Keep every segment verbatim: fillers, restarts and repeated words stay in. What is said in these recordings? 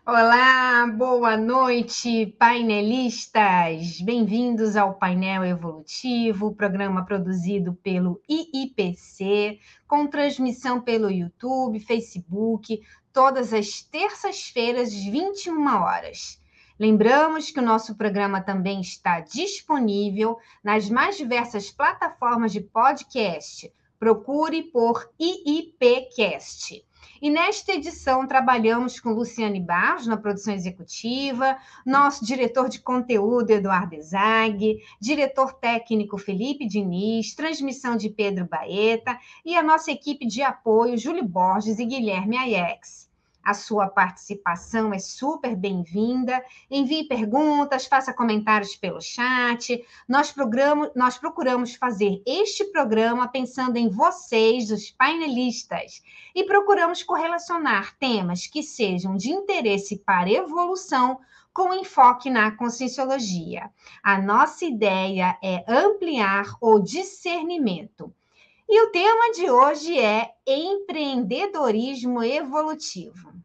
Olá, boa noite, painelistas! Bem-vindos ao Painel Evolutivo, programa produzido pelo I I P C, com transmissão pelo YouTube, Facebook, todas as terças-feiras, às vinte e uma horas. Lembramos que o nosso programa também está disponível nas mais diversas plataformas de podcast. Procure por I I P Cast. E nesta edição trabalhamos com Luciane Barros na produção executiva, nosso diretor de conteúdo Eduardo Zag, diretor técnico Felipe Diniz, transmissão de Pedro Baeta e a nossa equipe de apoio Júlio Borges e Guilherme Aiex. A sua participação é super bem-vinda. Envie perguntas, faça comentários pelo chat. Nós, programa, nós procuramos fazer este programa pensando em vocês, os painelistas, e procuramos correlacionar temas que sejam de interesse para evolução com enfoque na conscienciologia. A nossa ideia é ampliar o discernimento. E o tema de hoje é empreendedorismo evolutivo.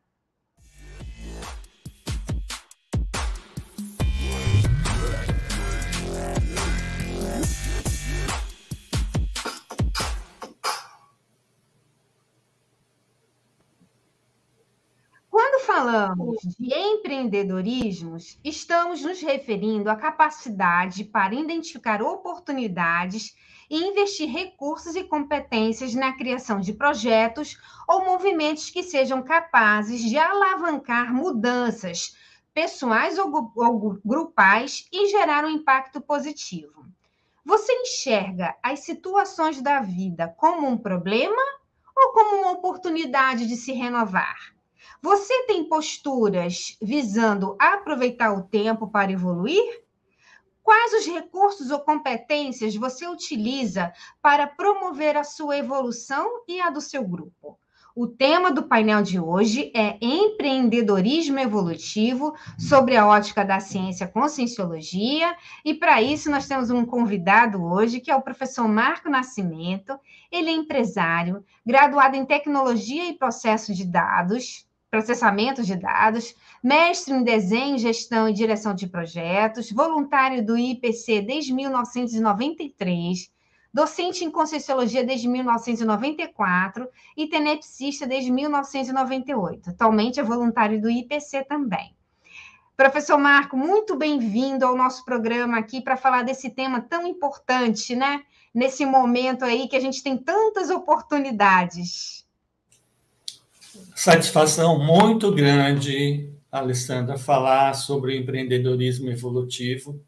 Quando falamos de empreendedorismos, estamos nos referindo à capacidade para identificar oportunidades e investir recursos e competências na criação de projetos ou movimentos que sejam capazes de alavancar mudanças pessoais ou, ou grupais e gerar um impacto positivo. Você enxerga as situações da vida como um problema ou como uma oportunidade de se renovar? Você tem posturas visando aproveitar o tempo para evoluir? Quais os recursos ou competências você utiliza para promover a sua evolução e a do seu grupo? O tema do painel de hoje é empreendedorismo evolutivo sobre a ótica da ciência conscienciologia, e para isso nós temos um convidado hoje, que é o professor Marco Nascimento. Ele é empresário, graduado em tecnologia e processo de dados, processamento de dados, mestre em desenho, gestão e direção de projetos, voluntário do I P C desde mil novecentos e noventa e três, docente em Conscienciologia desde mil novecentos e noventa e quatro e tenepsista desde mil novecentos e noventa e oito. Atualmente é voluntário do I P C também. Professor Marco, muito bem-vindo ao nosso programa aqui para falar desse tema tão importante, né? Nesse momento aí que a gente tem tantas oportunidades. Satisfação muito grande, Alessandra, falar sobre o empreendedorismo evolutivo,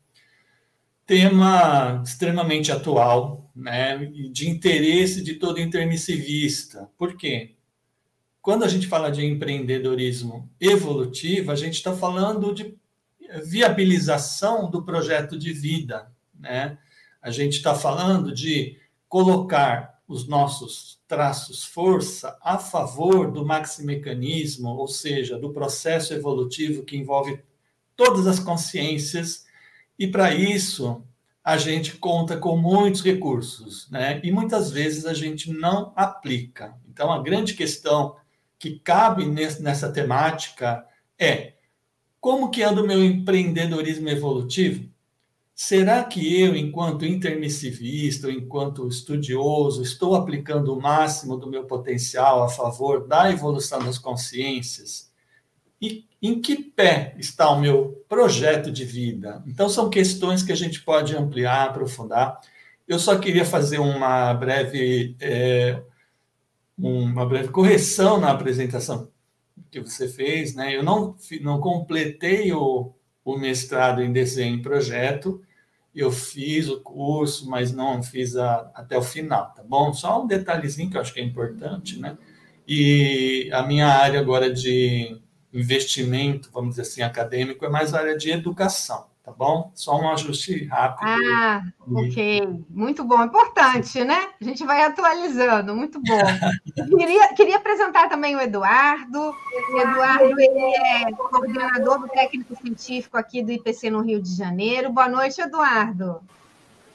tema extremamente atual, né, e de interesse de todo intermissivista. Por quê? Quando a gente fala de empreendedorismo evolutivo, a gente está falando de viabilização do projeto de vida, né? A gente está falando de colocar os nossos traços força a favor do maximecanismo, ou seja, do processo evolutivo que envolve todas as consciências, e para isso a gente conta com muitos recursos, né? E muitas vezes a gente não aplica. Então, a grande questão que cabe nessa temática é: como que anda o meu empreendedorismo evolutivo? Será que eu, enquanto intermissivista, enquanto estudioso, estou aplicando o máximo do meu potencial a favor da evolução das consciências? E em que pé está o meu projeto de vida? Então, são questões que a gente pode ampliar, aprofundar. Eu só queria fazer uma breve, é, uma breve correção na apresentação que você fez, né? Eu não, não completei o, o mestrado em desenho e projeto. Eu fiz o curso, mas não fiz a, até o final, tá bom? Só um detalhezinho que eu acho que é importante, né? E a minha área agora de investimento, vamos dizer assim, acadêmico, é mais a área de educação, tá bom? Só um ajuste rápido. Ah, ok. Muito bom. Importante, né? A gente vai atualizando. Muito bom. Queria, queria apresentar também o Eduardo. O Eduardo, ele é coordenador do técnico científico aqui do I P C no Rio de Janeiro. Boa noite, Eduardo.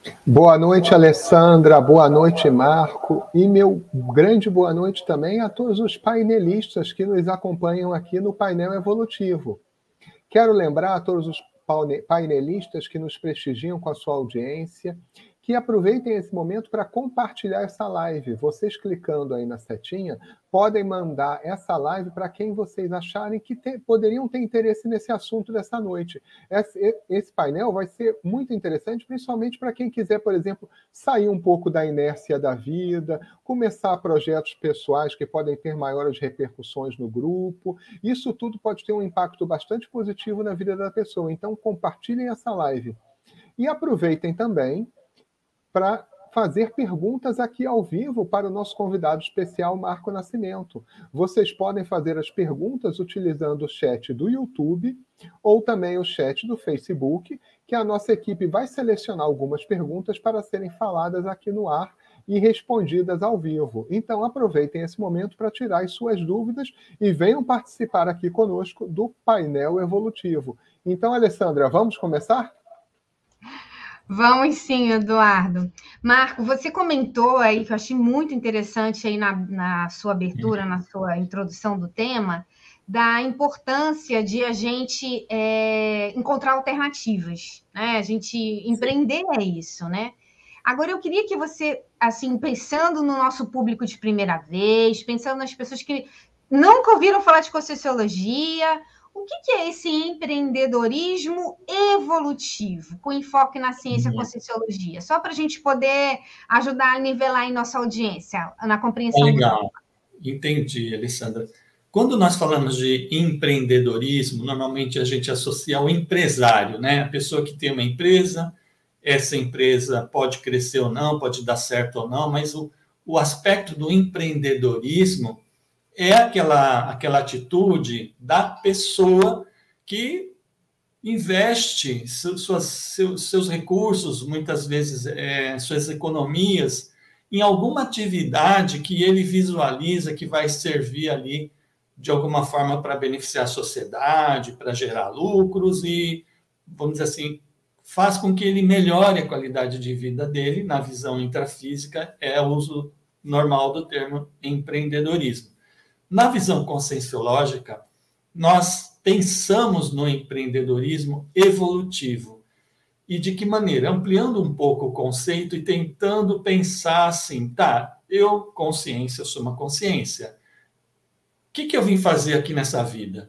Boa noite, Alessandra. Boa noite, Marco. E meu grande boa noite também a todos os painelistas que nos acompanham aqui no painel evolutivo. Quero lembrar a todos os painelistas que nos prestigiam com a sua audiência que aproveitem esse momento para compartilhar essa live. Vocês clicando aí na setinha, podem mandar essa live para quem vocês acharem que te, poderiam ter interesse nesse assunto dessa noite. Esse, esse painel vai ser muito interessante, principalmente para quem quiser, por exemplo, sair um pouco da inércia da vida, começar projetos pessoais que podem ter maiores repercussões no grupo. Isso tudo pode ter um impacto bastante positivo na vida da pessoa. Então, compartilhem essa live. E aproveitem também para fazer perguntas aqui ao vivo para o nosso convidado especial, Marco Nascimento. Vocês podem fazer as perguntas utilizando o chat do YouTube ou também o chat do Facebook, que a nossa equipe vai selecionar algumas perguntas para serem faladas aqui no ar e respondidas ao vivo. Então, aproveitem esse momento para tirar as suas dúvidas e venham participar aqui conosco do painel evolutivo. Então, Alessandra, vamos começar? Vamos sim, Eduardo. Marco, você comentou aí, que eu achei muito interessante aí na, na sua abertura, na sua introdução do tema, da importância de a gente é, encontrar alternativas, né? A gente empreender é isso, né? Agora, eu queria que você, assim, pensando no nosso público de primeira vez, pensando nas pessoas que nunca ouviram falar de Conscienciologia, o que, que é esse empreendedorismo evolutivo, com enfoque na ciência uhum. Conscienciologia? Só para a gente poder ajudar a nivelar em nossa audiência, na compreensão. É legal, do... entendi, Alessandra. Quando nós falamos de empreendedorismo, normalmente a gente associa ao empresário, né? A pessoa que tem uma empresa, essa empresa pode crescer ou não, pode dar certo ou não, mas o, o aspecto do empreendedorismo é aquela, aquela atitude da pessoa que investe suas, seus, seus recursos, muitas vezes é, suas economias, em alguma atividade que ele visualiza que vai servir ali de alguma forma para beneficiar a sociedade, para gerar lucros e, vamos dizer assim, faz com que ele melhore a qualidade de vida dele. Na visão intrafísica, é o uso normal do termo empreendedorismo. Na visão conscienciológica, nós pensamos no empreendedorismo evolutivo. E de que maneira? Ampliando um pouco o conceito e tentando pensar assim, tá, eu, consciência, eu sou uma consciência. O que, que eu vim fazer aqui nessa vida?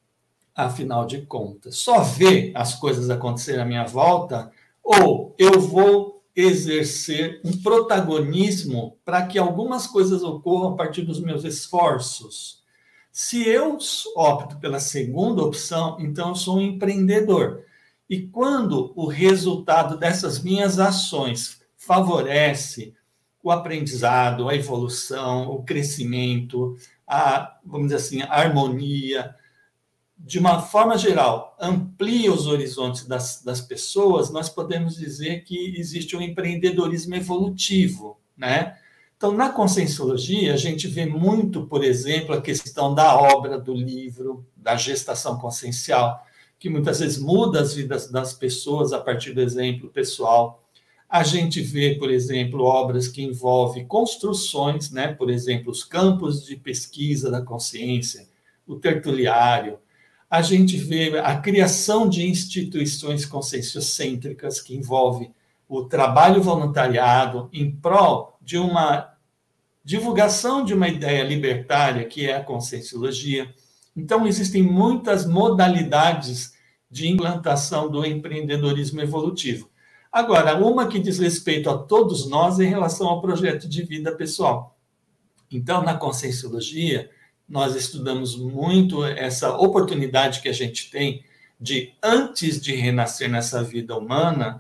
Afinal de contas, só ver as coisas acontecerem à minha volta ou eu vou exercer um protagonismo para que algumas coisas ocorram a partir dos meus esforços? Se eu opto pela segunda opção, então eu sou um empreendedor. E quando o resultado dessas minhas ações favorece o aprendizado, a evolução, o crescimento, a, vamos dizer assim, a harmonia, de uma forma geral, amplia os horizontes das, das pessoas, nós podemos dizer que existe um empreendedorismo evolutivo, né? Então, na Conscienciologia, a gente vê muito, por exemplo, a questão da obra, do livro, da gestação consciencial, que muitas vezes muda as vidas das pessoas a partir do exemplo pessoal. A gente vê, por exemplo, obras que envolvem construções, né? Por exemplo, os campos de pesquisa da consciência, o tertuliário. A gente vê a criação de instituições conscienciocêntricas que envolve o trabalho voluntariado em prol de uma divulgação de uma ideia libertária, que é a Conscienciologia. Então, existem muitas modalidades de implantação do empreendedorismo evolutivo. Agora, uma que diz respeito a todos nós em relação ao projeto de vida pessoal. Então, na Conscienciologia, nós estudamos muito essa oportunidade que a gente tem de, antes de renascer nessa vida humana,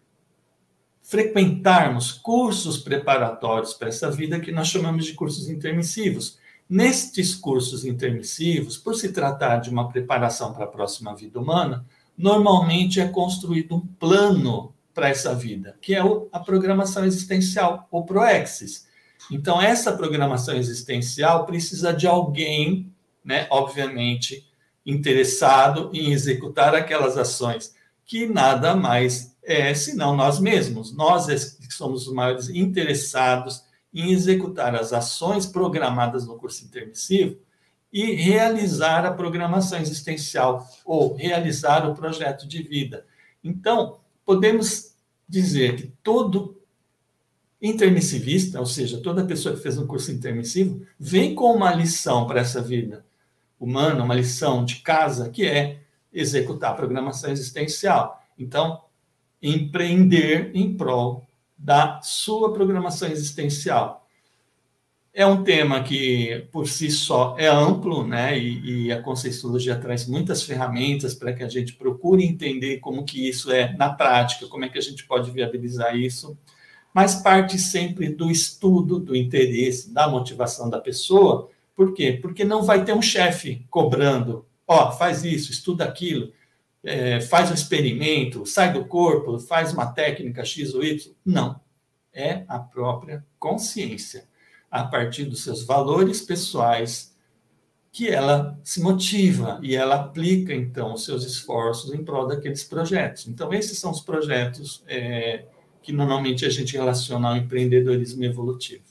frequentarmos cursos preparatórios para essa vida que nós chamamos de cursos intermissivos. Nestes cursos intermissivos, por se tratar de uma preparação para a próxima vida humana, normalmente é construído um plano para essa vida, que é a programação existencial, o PROEXIS. Então, essa programação existencial precisa de alguém, né, obviamente, interessado em executar aquelas ações, que nada mais é, senão nós mesmos. Nós é que somos os maiores interessados em executar as ações programadas no curso intermissivo e realizar a programação existencial ou realizar o projeto de vida. Então, podemos dizer que todo intermissivista, ou seja, toda pessoa que fez um curso intermissivo, vem com uma lição para essa vida humana, uma lição de casa, que é executar a programação existencial. Então, empreender em prol da sua programação existencial. É um tema que, por si só, é amplo, né? E, e a Conscienciologia traz muitas ferramentas para que a gente procure entender como que isso é na prática, como é que a gente pode viabilizar isso, mas parte sempre do estudo, do interesse, da motivação da pessoa. Por quê? Porque não vai ter um chefe cobrando, ó, oh, faz isso, estuda aquilo, é, faz um experimento, sai do corpo, faz uma técnica X ou Y. Não. É a própria consciência, a partir dos seus valores pessoais, que ela se motiva e ela aplica, então, os seus esforços em prol daqueles projetos. Então, esses são os projetos é, que normalmente a gente relaciona ao empreendedorismo evolutivo.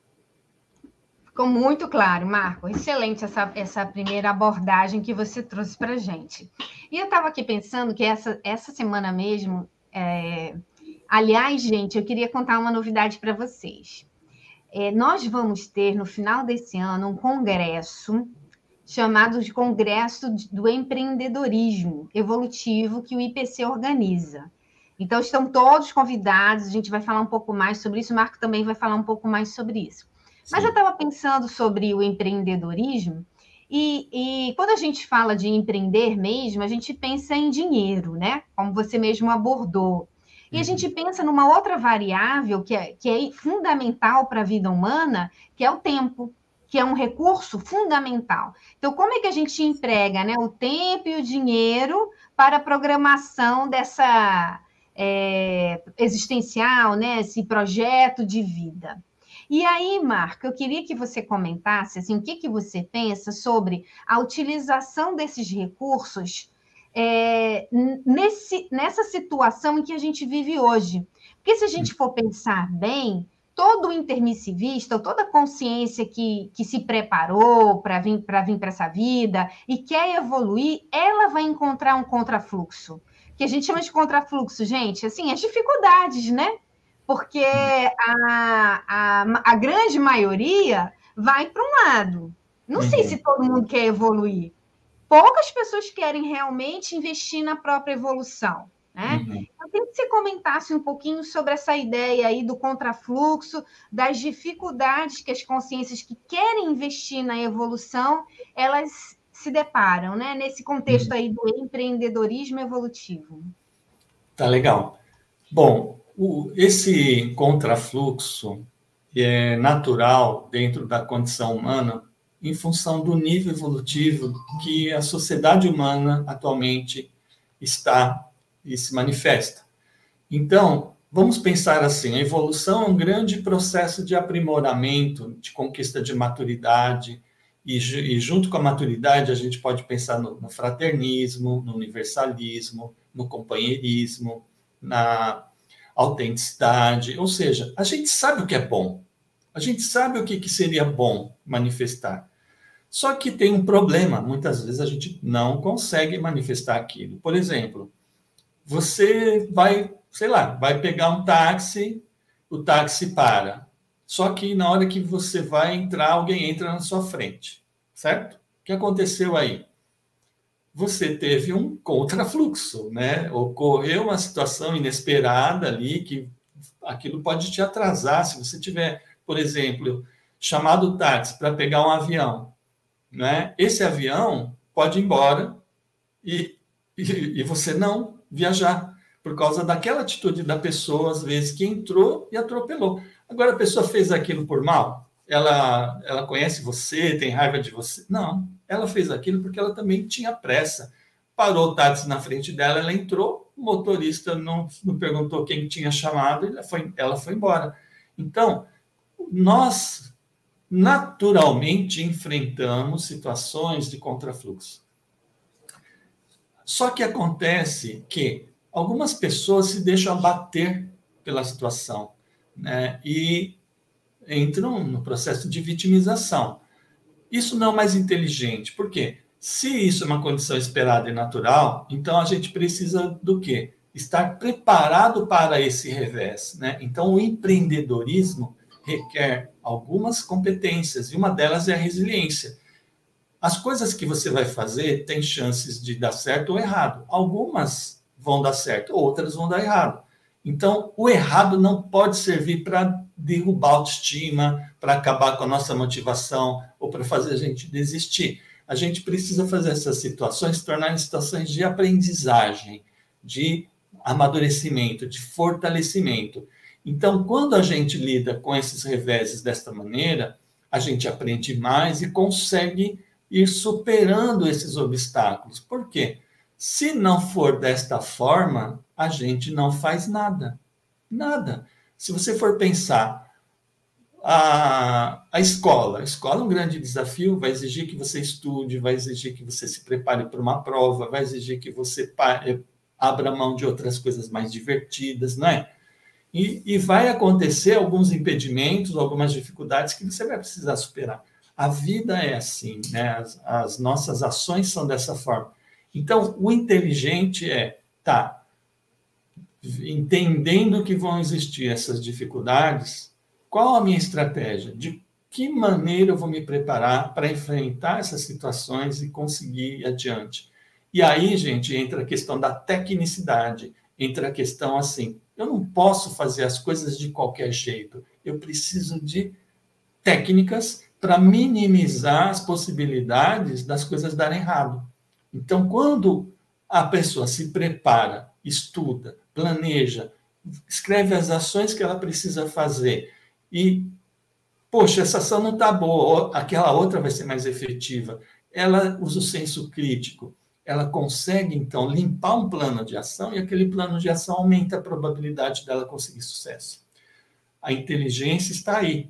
Ficou muito claro, Marco. Excelente essa, essa primeira abordagem que você trouxe para a gente. E eu estava aqui pensando que essa, essa semana mesmo... É... Aliás, gente, eu queria contar uma novidade para vocês. É, nós vamos ter, no final desse ano, um congresso chamado de Congresso do Empreendedorismo Evolutivo, que o I P C organiza. Então, estão todos convidados, a gente vai falar um pouco mais sobre isso, o Marco também vai falar um pouco mais sobre isso. Mas Sim. eu estava pensando sobre o empreendedorismo, e, e quando a gente fala de empreender mesmo, a gente pensa em dinheiro, né? Como você mesmo abordou. E a gente pensa numa outra variável que é, que é fundamental para a vida humana, que é o tempo, que é um recurso fundamental. Então, como é que a gente emprega, né, o tempo e o dinheiro para a programação dessa é, existencial, né, esse projeto de vida? E aí, Marco, eu queria que você comentasse assim, o que, que você pensa sobre a utilização desses recursos É, nesse, nessa situação em que a gente vive hoje. Porque se a gente for pensar bem, todo intermissivista, toda consciência que, que se preparou para vir para vir para essa vida e quer evoluir, ela vai encontrar um contrafluxo. Que a gente chama de contrafluxo, gente, assim, as dificuldades, né? Porque a, a, a grande maioria vai para um lado. Não sei se todo mundo quer evoluir. Poucas pessoas querem realmente investir na própria evolução, né? Uhum. Eu queria que você comentasse um pouquinho sobre essa ideia aí do contrafluxo, das dificuldades que as consciências que querem investir na evolução, elas se deparam, né? Nesse contexto aí do empreendedorismo evolutivo. Tá legal. Bom, o, esse contrafluxo é natural dentro da condição humana, em função do nível evolutivo que a sociedade humana atualmente está e se manifesta. Então, vamos pensar assim, a evolução é um grande processo de aprimoramento, de conquista de maturidade, e, e junto com a maturidade a gente pode pensar no, no fraternismo, no universalismo, no companheirismo, na autenticidade, ou seja, a gente sabe o que é bom, a gente sabe o que, que seria bom manifestar. Só que tem um problema, muitas vezes a gente não consegue manifestar aquilo. Por exemplo, você vai, sei lá, vai pegar um táxi, o táxi para. Só que na hora que você vai entrar, alguém entra na sua frente, certo? O que aconteceu aí? Você teve um contrafluxo, né? Ocorreu uma situação inesperada ali, que aquilo pode te atrasar. Se você tiver, por exemplo, chamado o táxi para pegar um avião, né? Esse avião pode ir embora e, e, e você não viajar, por causa daquela atitude da pessoa, às vezes, que entrou e atropelou. Agora, a pessoa fez aquilo por mal? Ela, ela conhece você, tem raiva de você? Não, ela fez aquilo porque ela também tinha pressa. Parou o táxi na frente dela, ela entrou, o motorista não, não perguntou quem tinha chamado, ela foi, ela foi embora. Então, nós naturalmente enfrentamos situações de contrafluxo. Só que acontece que algumas pessoas se deixam abater pela situação, né? E entram no processo de vitimização. Isso não é mais inteligente. Por quê? Se isso é uma condição esperada e natural, então a gente precisa do quê? Estar preparado para esse revés, né? Então, o empreendedorismo requer algumas competências, e uma delas é a resiliência. As coisas que você vai fazer têm chances de dar certo ou errado. Algumas vão dar certo, outras vão dar errado. Então, o errado não pode servir para derrubar a autoestima, para acabar com a nossa motivação ou para fazer a gente desistir. A gente precisa fazer essas situações se tornarem situações de aprendizagem, de amadurecimento, de fortalecimento. Então, quando a gente lida com esses reveses desta maneira, a gente aprende mais e consegue ir superando esses obstáculos. Por quê? Se não for desta forma, a gente não faz nada. Nada. Se você for pensar, a, a escola, a escola é um grande desafio, vai exigir que você estude, vai exigir que você se prepare para uma prova, vai exigir que você abra mão de outras coisas mais divertidas, não é? E, e vai acontecer alguns impedimentos, algumas dificuldades que você vai precisar superar. A vida é assim, né? As, as nossas ações são dessa forma. Então, o inteligente é, tá, entendendo que vão existir essas dificuldades, qual a minha estratégia? De que maneira eu vou me preparar para enfrentar essas situações e conseguir ir adiante? E aí, gente, entra a questão da tecnicidade, entra a questão assim, eu não posso fazer as coisas de qualquer jeito, eu preciso de técnicas para minimizar as possibilidades das coisas darem errado. Então, quando a pessoa se prepara, estuda, planeja, escreve as ações que ela precisa fazer e, poxa, essa ação não está boa, aquela outra vai ser mais efetiva, ela usa o senso crítico, ela consegue, então, limpar um plano de ação e aquele plano de ação aumenta a probabilidade dela conseguir sucesso. A inteligência está aí.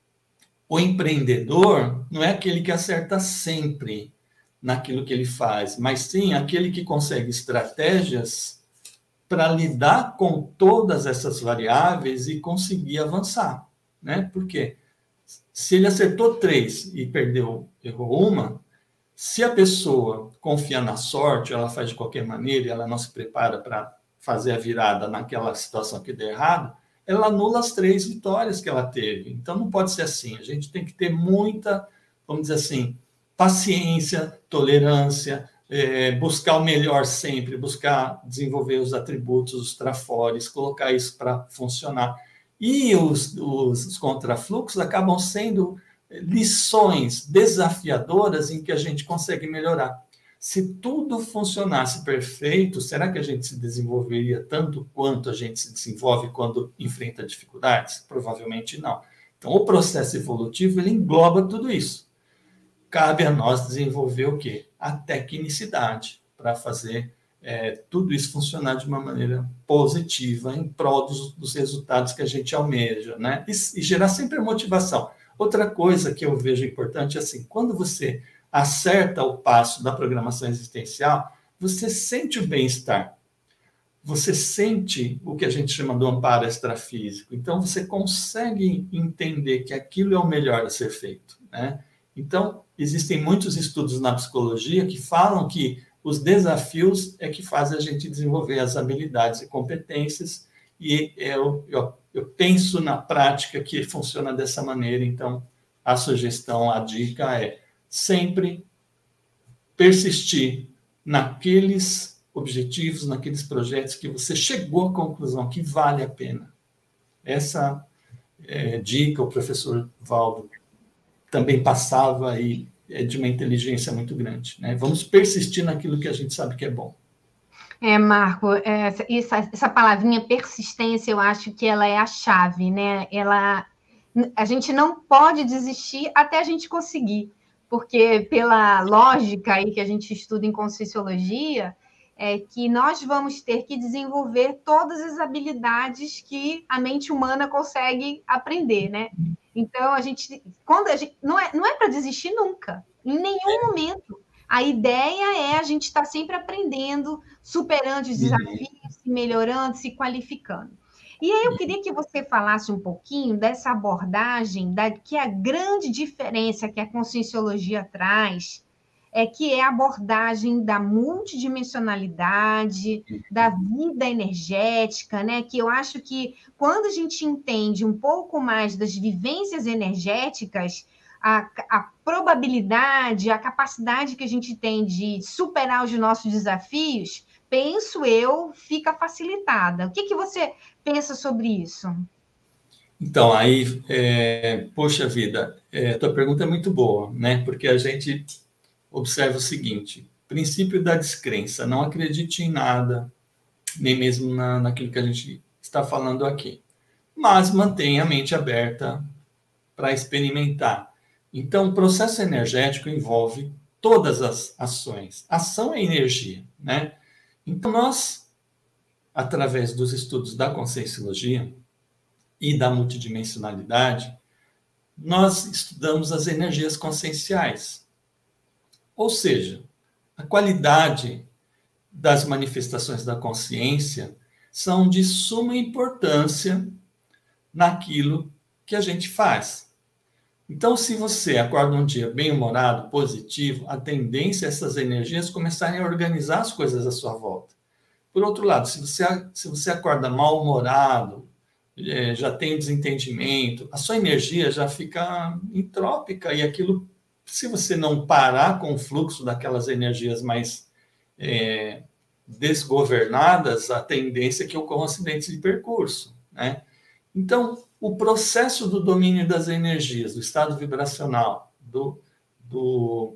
O empreendedor não é aquele que acerta sempre naquilo que ele faz, mas sim aquele que consegue estratégias para lidar com todas essas variáveis e conseguir avançar, né? Por quê? Se ele acertou três e perdeu, errou uma, se a pessoa confia na sorte, ela faz de qualquer maneira e ela não se prepara para fazer a virada naquela situação que deu errado, ela anula as três vitórias que ela teve. Então, não pode ser assim. A gente tem que ter muita, vamos dizer assim, paciência, tolerância, é, buscar o melhor sempre, buscar desenvolver os atributos, os trafores, colocar isso para funcionar. E os, os, os contrafluxos acabam sendo lições desafiadoras em que a gente consegue melhorar. Se tudo funcionasse perfeito, será que a gente se desenvolveria tanto quanto a gente se desenvolve quando enfrenta dificuldades? Provavelmente não. Então, o processo evolutivo, ele engloba tudo isso. Cabe a nós desenvolver o quê? A tecnicidade para fazer é, tudo isso funcionar de uma maneira positiva em prol dos, dos resultados que a gente almeja, né? E, e gerar sempre a motivação. Outra coisa que eu vejo importante é assim, quando você acerta o passo da programação existencial, você sente o bem-estar. Você sente o que a gente chama do amparo extrafísico. Então, você consegue entender que aquilo é o melhor a ser feito, né? Então, existem muitos estudos na psicologia que falam que os desafios é que fazem a gente desenvolver as habilidades e competências, e eu, eu, eu penso na prática que funciona dessa maneira. Então, a sugestão, a dica é sempre persistir naqueles objetivos, naqueles projetos que você chegou à conclusão que vale a pena. Essa é, dica o professor Valdo também passava e é de uma inteligência muito grande, né? Vamos persistir naquilo que a gente sabe que é bom. É, Marco, essa, essa, essa palavrinha persistência, eu acho que ela é a chave, né? Ela, a gente não pode desistir até a gente conseguir, porque pela lógica aí que a gente estuda em Conscienciologia, é que nós vamos ter que desenvolver todas as habilidades que a mente humana consegue aprender, né? Então, a gente, quando a gente, não é, não é para desistir nunca, em nenhum momento. A ideia é a gente estar sempre aprendendo, superando os desafios, se melhorando, se qualificando. E aí eu queria que você falasse um pouquinho dessa abordagem, da, que a grande diferença que a Conscienciologia traz é que é a abordagem da multidimensionalidade, da vida energética, né? Que eu acho que quando a gente entende um pouco mais das vivências energéticas, a, a probabilidade, a capacidade que a gente tem de superar os nossos desafios, penso eu, fica facilitada. O que, que você pensa sobre isso? Então, aí, é, poxa vida, é, tua pergunta é muito boa, né? Porque a gente observa o seguinte: princípio da descrença, não acredite em nada, nem mesmo na, naquilo que a gente está falando aqui, mas mantenha a mente aberta para experimentar. Então, o processo energético envolve todas as ações. Ação é energia, né? Então, nós, através dos estudos da Conscienciologia e da multidimensionalidade, nós estudamos as energias conscienciais. Ou seja, a qualidade das manifestações da consciência são de suma importância naquilo que a gente faz. Então, se você acorda um dia bem-humorado, positivo, a tendência é essas energias começarem a organizar as coisas à sua volta. Por outro lado, se você, se você acorda mal-humorado, é, já tem desentendimento, a sua energia já fica entrópica e aquilo, se você não parar com o fluxo daquelas energias mais é, desgovernadas, a tendência é que ocorram acidentes de percurso, né? Então, o processo do domínio das energias, do estado vibracional, do, do,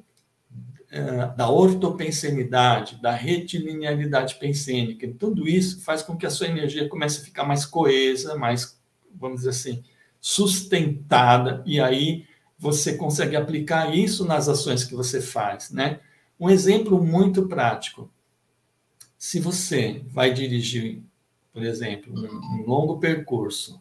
é, da ortopensenidade, da retilinearidade pensênica, tudo isso faz com que a sua energia comece a ficar mais coesa, mais, vamos dizer assim, sustentada, e aí você consegue aplicar isso nas ações que você faz, né? Um exemplo muito prático: se você vai dirigir, por exemplo, um, um longo percurso,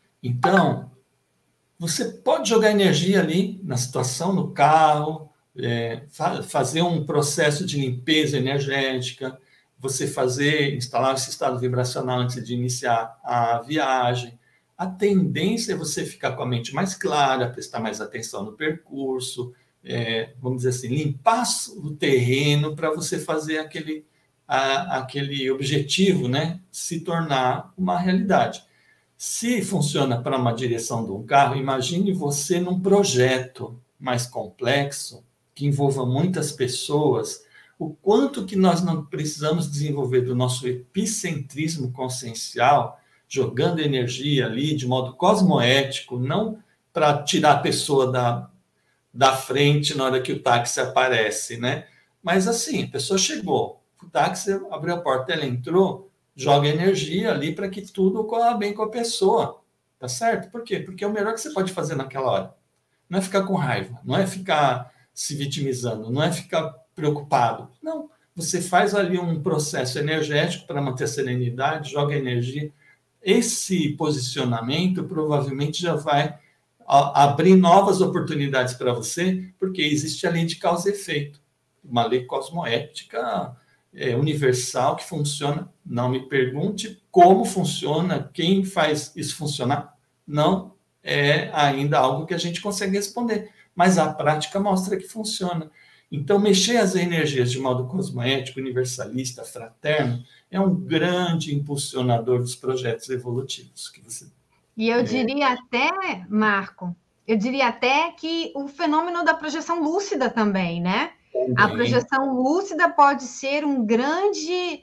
então, você pode jogar energia ali na situação, no carro, é, fa- fazer um processo de limpeza energética, você fazer, instalar esse estado vibracional antes de iniciar a viagem. A tendência é você ficar com a mente mais clara, prestar mais atenção no percurso, é, vamos dizer assim, limpar o terreno para você fazer aquele, a, aquele objetivo, né, se tornar uma realidade. Se funciona para uma direção de um carro, imagine você num projeto mais complexo, que envolva muitas pessoas, o quanto que nós não precisamos desenvolver do nosso epicentrismo consciencial, jogando energia ali de modo cosmoético, não para tirar a pessoa da, da frente na hora que o táxi aparece, né? Mas assim, a pessoa chegou, o táxi abriu a porta, ela entrou, joga energia ali para que tudo ocorra bem com a pessoa, tá certo? Por quê? Porque é o melhor que você pode fazer naquela hora. Não é ficar com raiva, não é ficar se vitimizando, não é ficar preocupado. Não, você faz ali um processo energético para manter a serenidade, joga energia. Esse posicionamento provavelmente já vai abrir novas oportunidades para você, porque existe a lei de causa e efeito, uma lei cosmoética É, universal que funciona. Não me pergunte como funciona, quem faz isso funcionar. Não é ainda algo que a gente consegue responder, mas a prática mostra que funciona. Então, mexer as energias de modo cosmoético, universalista, fraterno, é um grande impulsionador dos projetos evolutivos que você... E eu diria até, Marco, eu diria até que o fenômeno da projeção lúcida também, né? A projeção lúcida pode ser um grande,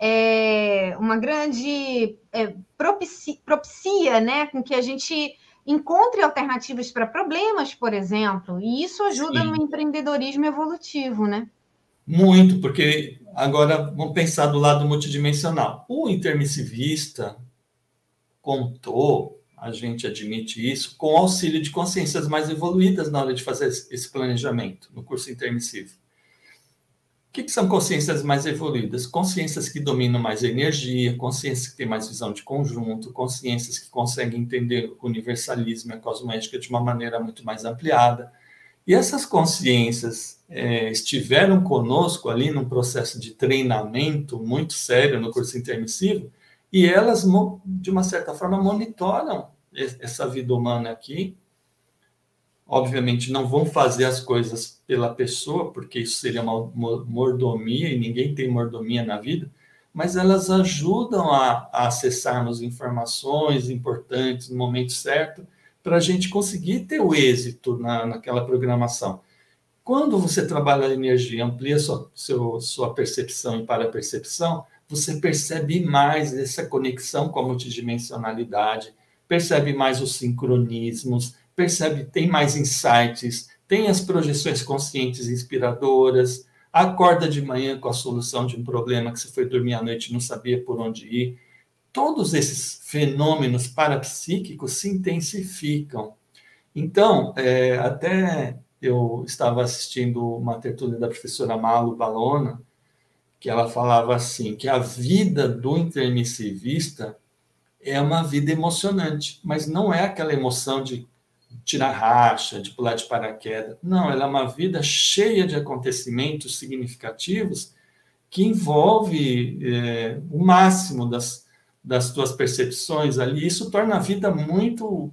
é, uma grande é, propicia, propicia, né, com que a gente encontre alternativas para problemas, por exemplo, e isso ajuda Sim. no empreendedorismo evolutivo, né? Muito, porque agora vamos pensar do lado multidimensional. O intermissivista contou, a gente admite isso, com auxílio de consciências mais evoluídas na hora de fazer esse planejamento no curso intermissivo. O que, que são consciências mais evoluídas? Consciências que dominam mais a energia, consciências que têm mais visão de conjunto, consciências que conseguem entender o universalismo e a cosmoética de uma maneira muito mais ampliada. E essas consciências é, estiveram conosco ali num processo de treinamento muito sério no curso intermissivo, e elas, de uma certa forma, monitoram essa vida humana aqui. Obviamente, não vão fazer as coisas pela pessoa, porque isso seria uma mordomia, e ninguém tem mordomia na vida, mas elas ajudam a, a acessarmos informações importantes no momento certo, para a gente conseguir ter o êxito na, naquela programação. Quando você trabalha a energia, amplia sua, seu, sua percepção e para-percepção, você percebe mais essa conexão com a multidimensionalidade, percebe mais os sincronismos, percebe, tem mais insights, tem as projeções conscientes inspiradoras, acorda de manhã com a solução de um problema que você foi dormir à noite e não sabia por onde ir. Todos esses fenômenos parapsíquicos se intensificam. Então, é, até eu estava assistindo uma tertúlia da professora Malu Balona, que ela falava assim, que a vida do intermissivista é uma vida emocionante, mas não é aquela emoção de tirar racha, de pular de paraquedas. Não, ela é uma vida cheia de acontecimentos significativos que envolve é, o máximo das, das tuas percepções ali. Isso torna a vida muito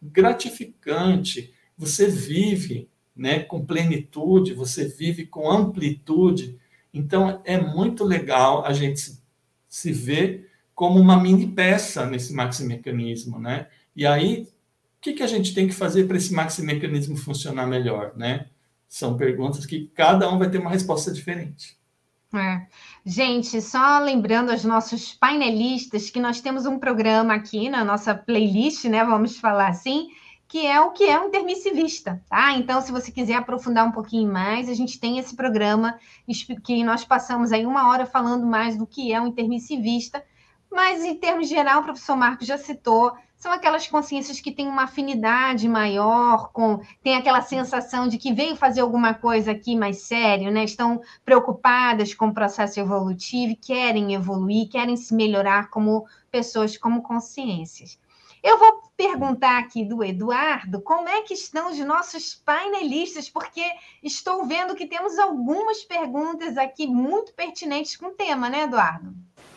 gratificante. Você vive, né, com plenitude, você vive com amplitude. Então, é muito legal a gente se, se ver como uma mini peça nesse maximecanismo, né? E aí, o que, que a gente tem que fazer para esse maximecanismo funcionar melhor, né? São perguntas que cada um vai ter uma resposta diferente. É. Gente, só lembrando aos nossos painelistas que nós temos um programa aqui na nossa playlist, né? Vamos falar assim, que é o que é um intermissivista, tá? Então, se você quiser aprofundar um pouquinho mais, a gente tem esse programa que nós passamos aí uma hora falando mais do que é um intermissivista, mas em termos geral, o professor Marcos já citou, são aquelas consciências que têm uma afinidade maior, com, tem aquela sensação de que veio fazer alguma coisa aqui mais sério, né? Estão preocupadas com o processo evolutivo, querem evoluir, querem se melhorar como pessoas, como consciências. Eu vou perguntar aqui do Eduardo como é que estão os nossos painelistas, porque estou vendo que temos algumas perguntas aqui muito pertinentes com o tema, né, Eduardo?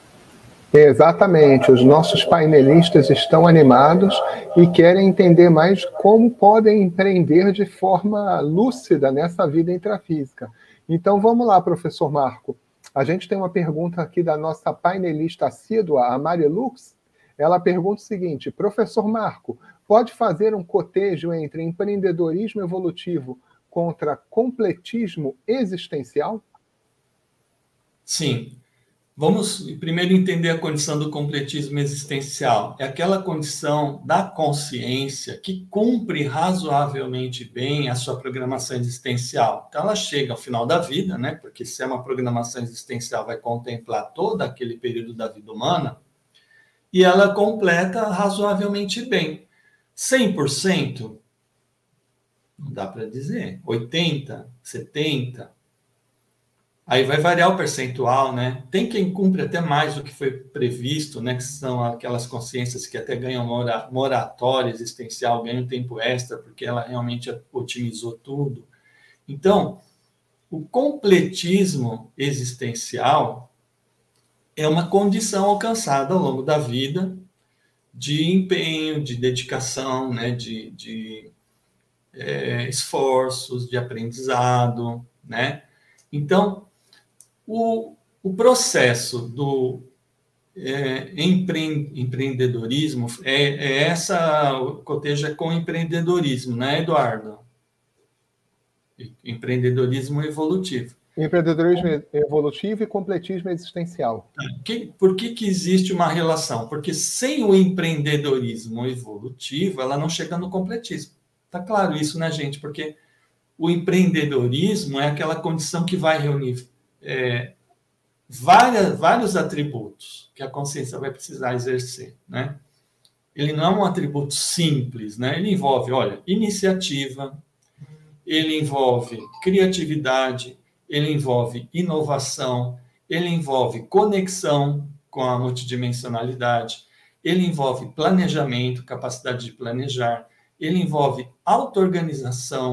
Exatamente, os nossos painelistas estão animados e querem entender mais como podem empreender de forma lúcida nessa vida intrafísica. Então vamos lá, professor Marco. A gente tem uma pergunta aqui da nossa painelista assídua, a Marilux. Ela pergunta o seguinte: professor Marco, pode fazer um cotejo entre empreendedorismo evolutivo contra completismo existencial? Sim. Vamos primeiro entender a condição do completismo existencial. É aquela condição da consciência que cumpre razoavelmente bem a sua programação existencial. Então, ela chega ao final da vida, né? Porque se é uma programação existencial, vai contemplar todo aquele período da vida humana, e ela completa razoavelmente bem. cem por cento? Não dá para dizer. oitenta por cento, setenta por cento. Aí vai variar o percentual, né? Tem quem cumpre até mais do que foi previsto, né? Que são aquelas consciências que até ganham mora, moratória existencial, ganham tempo extra, porque ela realmente otimizou tudo. Então, o completismo existencial é uma condição alcançada ao longo da vida de empenho, de dedicação, né? De, de é, esforços, de aprendizado, né? Então, O, o processo do é, empre, empreendedorismo é, é essa coteja com empreendedorismo, né, Eduardo? Empreendedorismo evolutivo. Empreendedorismo evolutivo e completismo existencial. Que, por que, que existe uma relação? Porque sem o empreendedorismo evolutivo, ela não chega no completismo. Tá claro isso, né, gente? Porque o empreendedorismo é aquela condição que vai reunir É, várias, vários atributos que a consciência vai precisar exercer, né? Ele não é um atributo simples, né? Ele envolve, olha, iniciativa, ele envolve criatividade, ele envolve inovação, ele envolve conexão com a multidimensionalidade, ele envolve planejamento, capacidade de planejar, ele envolve auto-organização,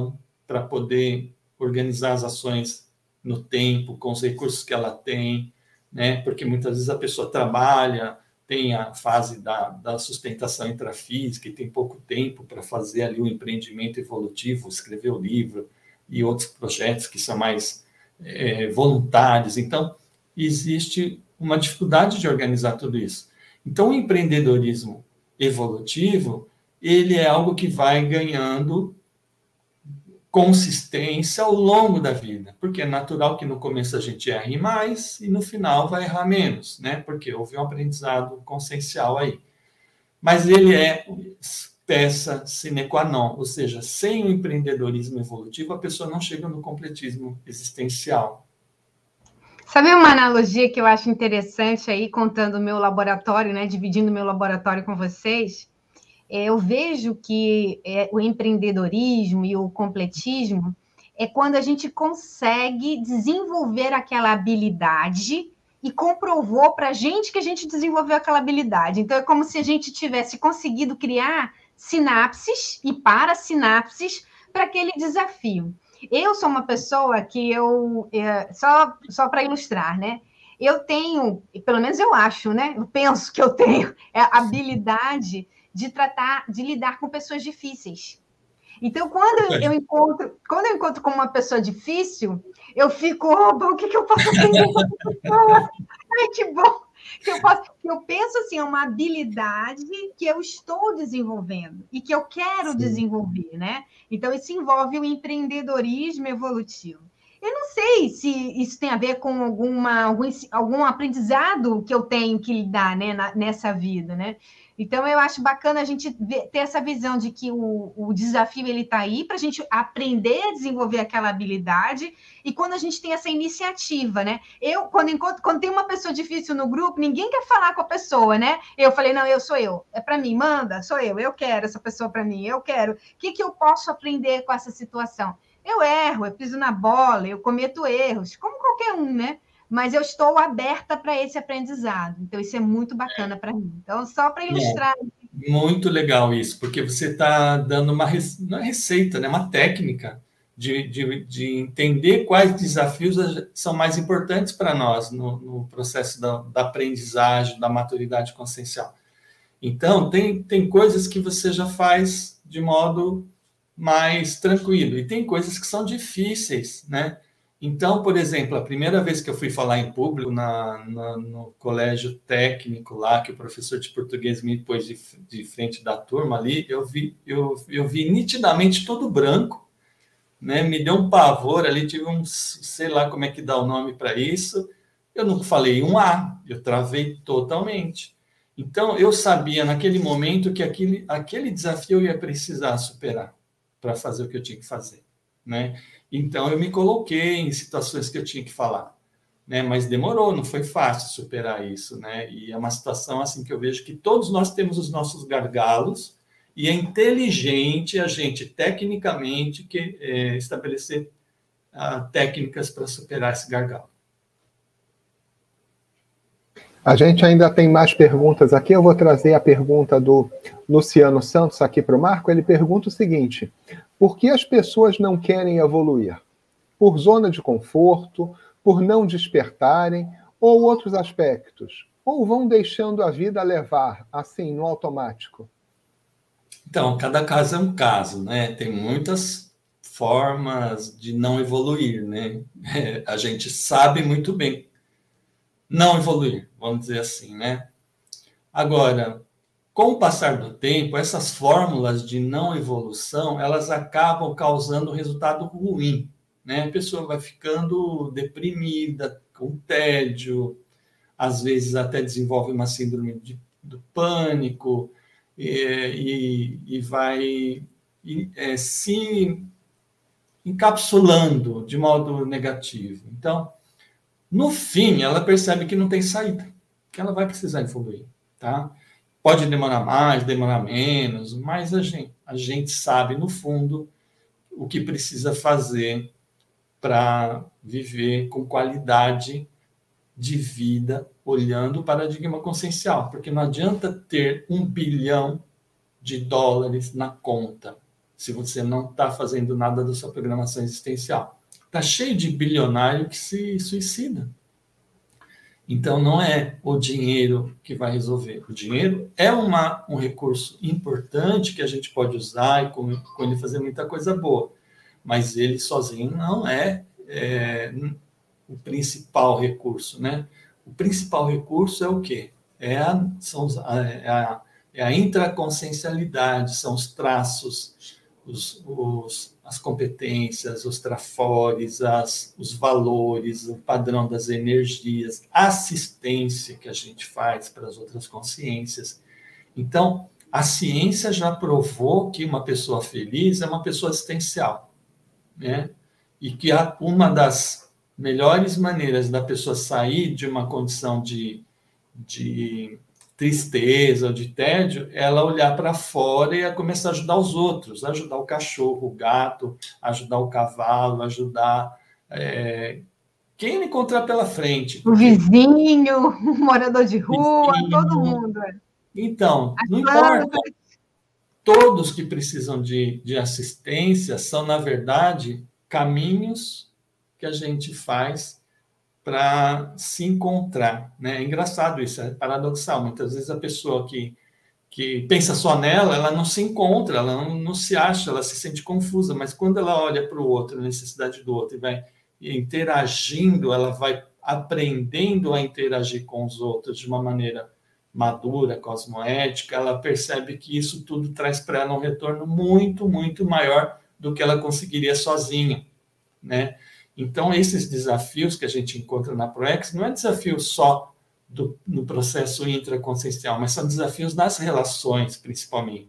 para poder organizar as ações no tempo, com os recursos que ela tem, né? Porque muitas vezes a pessoa trabalha, tem a fase da, da sustentação intrafísica e tem pouco tempo para fazer ali o empreendimento evolutivo, escrever o livro e outros projetos que são mais é, voluntários. Então, existe uma dificuldade de organizar tudo isso. Então, o empreendedorismo evolutivo, ele é algo que vai ganhando consistência ao longo da vida, porque é natural que no começo a gente erre mais e no final vai errar menos, né? Porque houve um aprendizado consciencial aí. Mas ele é peça sine qua non, ou seja, sem o empreendedorismo evolutivo, a pessoa não chega no completismo existencial. Sabe uma analogia que eu acho interessante aí, contando o meu laboratório, né? Dividindo o meu laboratório com vocês? Eu vejo que o empreendedorismo e o completismo é quando a gente consegue desenvolver aquela habilidade e comprovou para a gente que a gente desenvolveu aquela habilidade. Então, é como se a gente tivesse conseguido criar sinapses e parasinapses para aquele desafio. Eu sou uma pessoa que eu... É, só só para ilustrar, né? Eu tenho, pelo menos eu acho, né? Eu penso que eu tenho a habilidade de tratar, de lidar com pessoas difíceis. Então, quando eu encontro, quando eu encontro com uma pessoa difícil, eu fico, opa, o que, que eu posso aprender com essa pessoa? Ai, que bom! Que eu, posso, que eu penso assim, é uma habilidade que eu estou desenvolvendo e que eu quero Sim. desenvolver, né? Então, isso envolve o empreendedorismo evolutivo. Eu não sei se isso tem a ver com alguma, algum, algum aprendizado que eu tenho que lidar, né, na, nessa vida, né? Então, eu acho bacana a gente ver, ter essa visão de que o, o desafio está aí para a gente aprender a desenvolver aquela habilidade e quando a gente tem essa iniciativa, né? Eu, quando, encontro, quando tem uma pessoa difícil no grupo, ninguém quer falar com a pessoa, né? Eu falei, não, eu sou eu. É para mim, manda, sou eu. Eu quero essa pessoa para mim, eu quero. O que, que eu posso aprender com essa situação? Eu erro, eu piso na bola, eu cometo erros, como qualquer um, né? Mas eu estou aberta para esse aprendizado. Então, isso é muito bacana para mim. Então, só para ilustrar. É, muito legal isso, porque você está dando uma, uma receita, né? Uma técnica de, de, de entender quais desafios são mais importantes para nós no, no processo da, da aprendizagem, da maturidade consciencial. Então, tem, tem coisas que você já faz de modo mais tranquilo, e tem coisas que são difíceis, né? Então, por exemplo, a primeira vez que eu fui falar em público na, na, no colégio técnico lá, que o professor de português me pôs de, de frente da turma ali, eu vi, eu, eu vi nitidamente todo branco, né? Me deu um pavor ali, tive um, sei lá como é que dá o nome para isso, eu não falei um A, eu travei totalmente. Então, eu sabia naquele momento que aquele, aquele desafio eu ia precisar superar para fazer o que eu tinha que fazer, né? Então, eu me coloquei em situações que eu tinha que falar, né? Mas demorou, não foi fácil superar isso, né? E é uma situação assim que eu vejo que todos nós temos os nossos gargalos e é inteligente a gente, tecnicamente, que, é, estabelecer ah, técnicas para superar esse gargalo. A gente ainda tem mais perguntas aqui. Eu vou trazer a pergunta do Luciano Santos aqui para o Marco. Ele pergunta o seguinte: por que as pessoas não querem evoluir? Por zona de conforto, por não despertarem, ou outros aspectos? Ou vão deixando a vida levar, assim, no automático? Então, cada caso é um caso, né? Tem muitas formas de não evoluir, né? É, a gente sabe muito bem não evoluir, vamos dizer assim, né? Agora, com o passar do tempo, essas fórmulas de não evolução, elas acabam causando resultado ruim, né? A pessoa vai ficando deprimida, com tédio, às vezes até desenvolve uma síndrome de, do pânico e, e, e vai e, é, se encapsulando de modo negativo. Então, no fim, ela percebe que não tem saída, que ela vai precisar evoluir, tá? Pode demorar mais, demorar menos, mas a gente, a gente sabe, no fundo, o que precisa fazer para viver com qualidade de vida, olhando o paradigma consciencial, porque não adianta ter um bilhão de dólares na conta, se você não está fazendo nada da sua programação existencial. Está cheio de bilionário que se suicida. Então, não é o dinheiro que vai resolver. O dinheiro é uma, um recurso importante que a gente pode usar e com, com ele fazer muita coisa boa. Mas ele sozinho não é, é o principal recurso, né? O principal recurso é o quê? É a, são os, a, é a, é a intraconsciencialidade, são os traços, os, os, as competências, os trafores, as, os valores, o padrão das energias, a assistência que a gente faz para as outras consciências. Então, a ciência já provou que uma pessoa feliz é uma pessoa assistencial, né? E que a, uma das melhores maneiras da pessoa sair de uma condição de, de tristeza ou de tédio, é ela olhar para fora e começar a ajudar os outros, ajudar o cachorro, o gato, ajudar o cavalo, ajudar é, quem ele encontrar pela frente. O vizinho, o morador de rua, vizinho. Todo mundo. Então, não importa. Todos que precisam de, de assistência são, na verdade, caminhos que a gente faz para se encontrar, né? É engraçado isso, é paradoxal. Muitas vezes a pessoa que, que pensa só nela, ela não se encontra, ela não, não se acha, ela se sente confusa, mas quando ela olha para o outro, a necessidade do outro, e vai interagindo, ela vai aprendendo a interagir com os outros de uma maneira madura, cosmoética, ela percebe que isso tudo traz para ela um retorno muito, muito maior do que ela conseguiria sozinha, né? Então, esses desafios que a gente encontra na ProEx não é desafio só do, no processo intraconsciencial, mas são desafios nas relações, principalmente.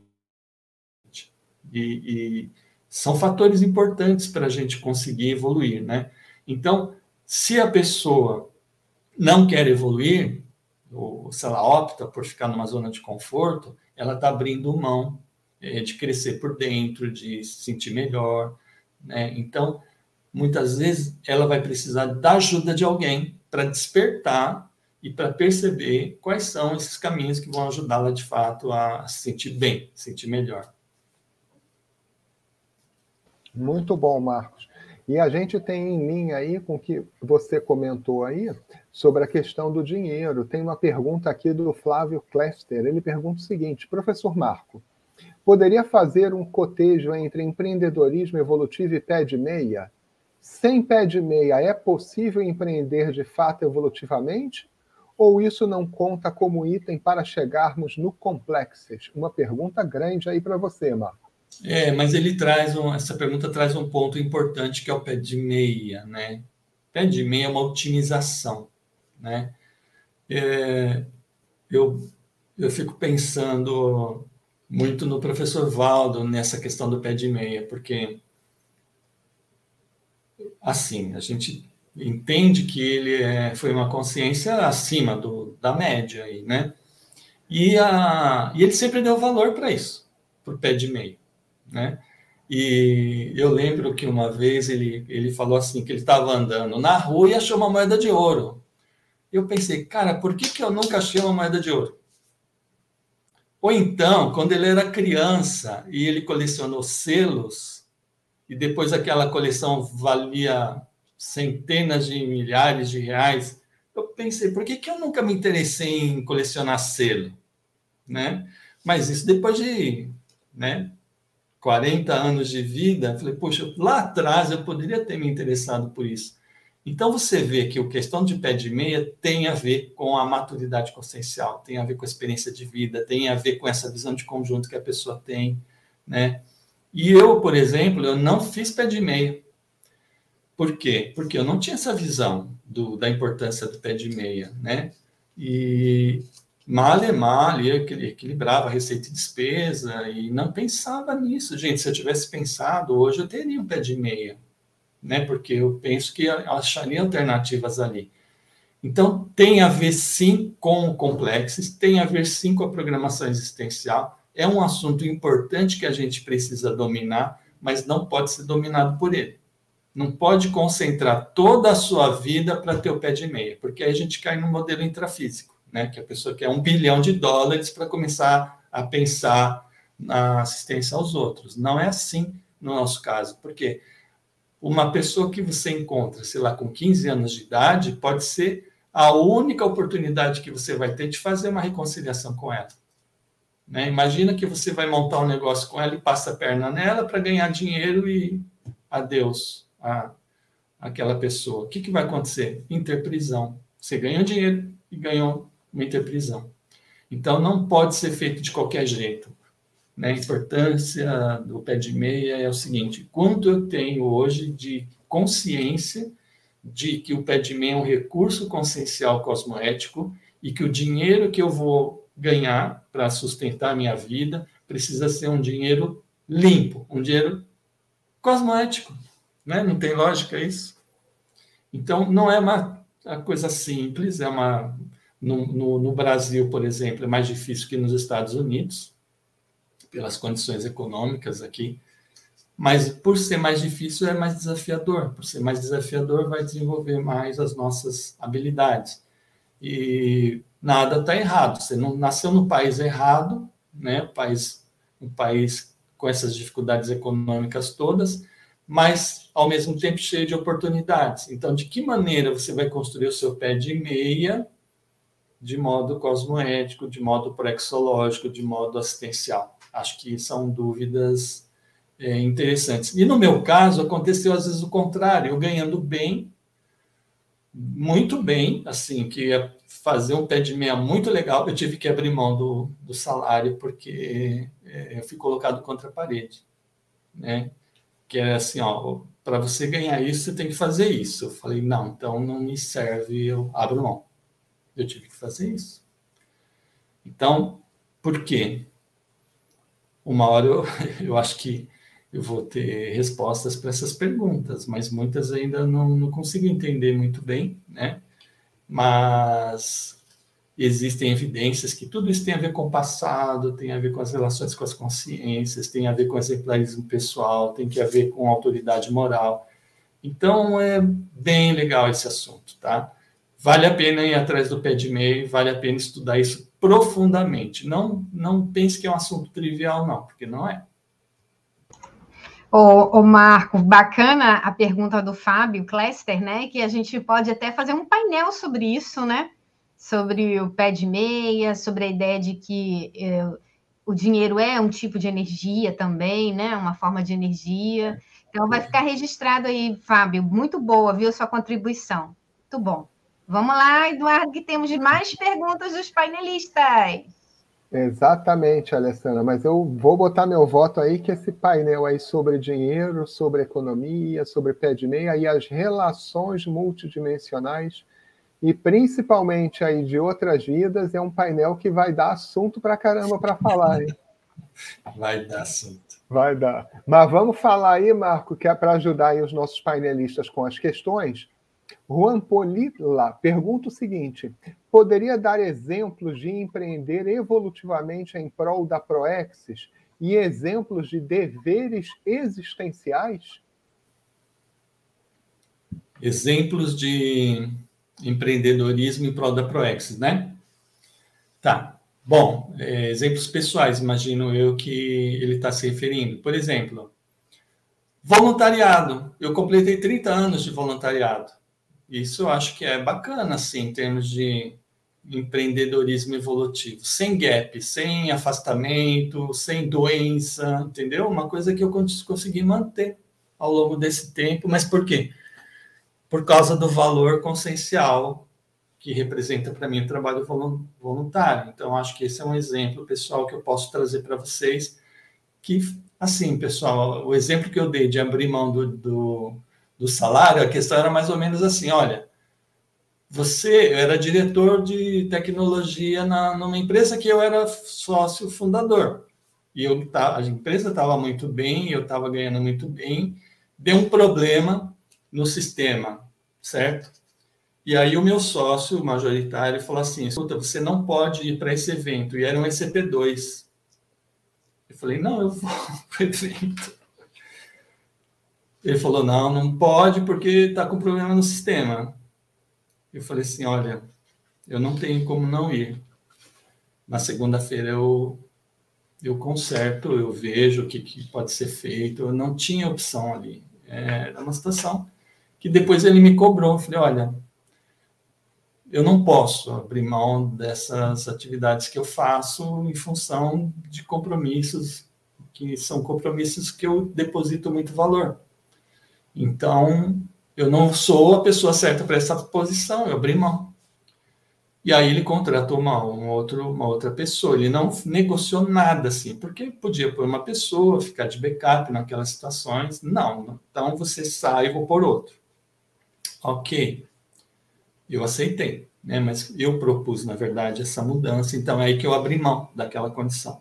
E, e são fatores importantes para a gente conseguir evoluir, né? Então, se a pessoa não quer evoluir, ou se ela opta por ficar numa zona de conforto, ela está abrindo mão é, de crescer por dentro, de se sentir melhor, né? Então, muitas vezes ela vai precisar da ajuda de alguém para despertar e para perceber quais são esses caminhos que vão ajudá-la de fato a se sentir bem, se sentir melhor. Muito bom, Marcos. E a gente tem em linha aí com o que você comentou aí sobre a questão do dinheiro. Tem uma pergunta aqui do Flávio Klester. Ele pergunta o seguinte: professor Marco, poderia fazer um cotejo entre empreendedorismo evolutivo e pé de meia? Sem pé de meia, é possível empreender de fato evolutivamente? Ou isso não conta como item para chegarmos no Complexes? Uma pergunta grande aí para você, Marco. É, mas ele traz um, essa pergunta traz um ponto importante que é o pé de meia, né? Pé de meia é uma otimização, né? É, eu, eu fico pensando muito no professor Valdo nessa questão do pé de meia, porque assim, a gente entende que ele é, foi uma consciência acima do, da média, aí, né? E, a, e ele sempre deu valor para isso, para o pé de meia, né? E eu lembro que uma vez ele, ele falou assim, que ele estava andando na rua e achou uma moeda de ouro. Eu pensei, cara, por que, que eu nunca achei uma moeda de ouro? Ou então, quando ele era criança e ele colecionou selos, e depois aquela coleção valia centenas de milhares de reais, eu pensei, por que, que eu nunca me interessei em colecionar selo? Né? Mas isso depois de, né, quarenta anos de vida, eu falei, poxa, lá atrás eu poderia ter me interessado por isso. Então você vê que a questão de pé de meia tem a ver com a maturidade consciencial, tem a ver com a experiência de vida, tem a ver com essa visão de conjunto que a pessoa tem, né? E eu, por exemplo, eu não fiz pé de meia. Por quê? Porque eu não tinha essa visão do, da importância do pé de meia, né? E mal e mal, eu equilibrava receita e despesa e não pensava nisso. Gente, se eu tivesse pensado, hoje eu teria um pé de meia, né? Porque eu penso que eu acharia alternativas ali. Então, tem a ver sim com o Complexes, tem a ver sim com a programação existencial. É um assunto importante que a gente precisa dominar, mas não pode ser dominado por ele. Não pode concentrar toda a sua vida para ter o pé de meia, porque aí a gente cai no modelo intrafísico, né? Que a pessoa quer um bilhão de dólares para começar a pensar na assistência aos outros. Não é assim no nosso caso, porque uma pessoa que você encontra, sei lá, com quinze anos de idade, pode ser a única oportunidade que você vai ter de fazer uma reconciliação com ela. Né? Imagina que você vai montar um negócio com ela e passa a perna nela para ganhar dinheiro e adeus a aquela pessoa. O que, que vai acontecer? Interprisão. Você ganhou dinheiro e ganhou uma interprisão. Então, não pode ser feito de qualquer jeito. Né? A importância do pé de meia é o seguinte: quanto eu tenho hoje de consciência de que o pé de meia é um recurso consciencial cosmoético e que o dinheiro que eu vou ganhar para sustentar a minha vida precisa ser um dinheiro limpo, um dinheiro cosmoético. Né? Não tem lógica isso? Então, não é uma, uma coisa simples, é uma... No, no, no Brasil, por exemplo, é mais difícil que nos Estados Unidos, pelas condições econômicas aqui, mas por ser mais difícil é mais desafiador, por ser mais desafiador vai desenvolver mais as nossas habilidades. E nada está errado, você não nasceu no país errado, né? um, país, um país com essas dificuldades econômicas todas, mas ao mesmo tempo cheio de oportunidades. Então, de que maneira você vai construir o seu pé de meia de modo cosmoético, de modo proexológico, de modo assistencial? Acho que são dúvidas é, interessantes. E no meu caso, aconteceu às vezes o contrário, eu ganhando bem, muito bem, assim, que ia fazer um pé de meia muito legal, eu tive que abrir mão do, do salário, porque é, eu fui colocado contra a parede, né? Que é assim, ó, para você ganhar isso, você tem que fazer isso. Eu falei, não, então não me serve, eu abro mão. Eu tive que fazer isso. Então, por quê? Uma hora eu, eu acho que eu vou ter respostas para essas perguntas, mas muitas ainda não, não consigo entender muito bem, né? Mas existem evidências que tudo isso tem a ver com o passado, tem a ver com as relações com as consciências, tem a ver com exemplarismo pessoal, tem que a ver com autoridade moral. Então, é bem legal esse assunto, tá? Vale a pena ir atrás do pé de meia, vale a pena estudar isso profundamente. Não, não pense que é um assunto trivial, não, porque não é. Ô, ô Marco, bacana a pergunta do Fábio Klester, né? Que a gente pode até fazer um painel sobre isso, né? Sobre o pé de meia, sobre a ideia de que é, o dinheiro é um tipo de energia também, né? Uma forma de energia. Então, vai ficar registrado aí, Fábio. Muito boa, viu, sua contribuição. Muito bom. Vamos lá, Eduardo, que temos mais perguntas dos painelistas. Exatamente, Alessandra, mas eu vou botar meu voto aí que esse painel aí sobre dinheiro, sobre economia, sobre pé de meia e as relações multidimensionais e principalmente aí de outras vidas é um painel que vai dar assunto pra caramba para falar, hein? Vai dar assunto. Vai dar. Mas vamos falar aí, Marco, que é para ajudar aí os nossos painelistas com as questões. Juan Polila pergunta o seguinte: poderia dar exemplos de empreender evolutivamente em prol da Proexis e exemplos de deveres existenciais? Exemplos de empreendedorismo em prol da Proexis, né? Tá. Bom, é, exemplos pessoais, imagino eu que ele está se referindo. Por exemplo, voluntariado. Eu completei trinta anos de voluntariado. Isso eu acho que é bacana, assim, em termos de empreendedorismo evolutivo. Sem gap, sem afastamento, sem doença, entendeu? Uma coisa que eu consegui manter ao longo desse tempo. Mas por quê? Por causa do valor consciencial que representa para mim o trabalho voluntário. Então, acho que esse é um exemplo, pessoal, que eu posso trazer para vocês. Que, assim, pessoal, o exemplo que eu dei de abrir mão do, do, do salário, a questão era mais ou menos assim, olha, você, eu era diretor de tecnologia na, numa empresa que eu era sócio fundador. E eu, a empresa estava muito bem, eu estava ganhando muito bem, deu um problema no sistema, certo? E aí o meu sócio majoritário falou assim, escuta, você não pode ir para esse evento. E era um E C P dois. Eu falei, não, eu vou para o evento. Ele falou, não, não pode porque está com problema no sistema. Eu falei assim, olha, eu não tenho como não ir. Na segunda-feira eu, eu conserto, eu vejo o que, que pode ser feito, eu não tinha opção ali. Era uma situação que depois ele me cobrou, eu falei, olha, eu não posso abrir mão dessas atividades que eu faço em função de compromissos, que são compromissos que eu deposito muito valor. Então, eu não sou a pessoa certa para essa posição, eu abri mão. E aí ele contratou uma, um outro, uma outra pessoa, ele não negociou nada assim, porque podia pôr uma pessoa, ficar de backup naquelas situações, não, então você sai, eu vou pôr outro. Ok, eu aceitei, né? Mas eu propus, na verdade, essa mudança, então é aí que eu abri mão daquela condição.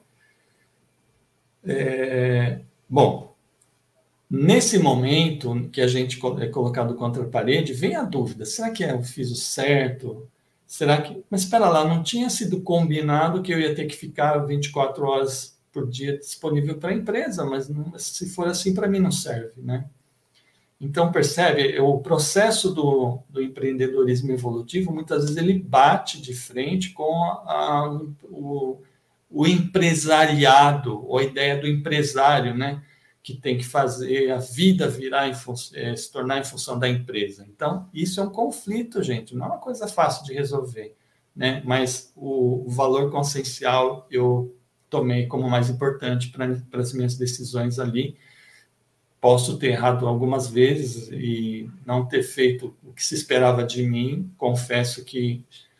É, bom, nesse momento que a gente é colocado contra a parede, vem a dúvida, será que eu fiz o certo? Será que... Mas espera lá, não tinha sido combinado que eu ia ter que ficar vinte e quatro horas por dia disponível para a empresa, mas não, se for assim, para mim não serve, né? Então, percebe, o processo do, do empreendedorismo evolutivo, muitas vezes ele bate de frente com a, a, o, o empresariado, ou a ideia do empresário, né? Que tem que fazer a vida virar, em é, se tornar em função da empresa. Então, isso é um conflito, gente, não é uma coisa fácil de resolver, né? Mas o, o valor consciencial eu tomei como mais importante para as minhas decisões ali. Posso ter errado algumas vezes e não ter feito o que se esperava de mim. Confesso que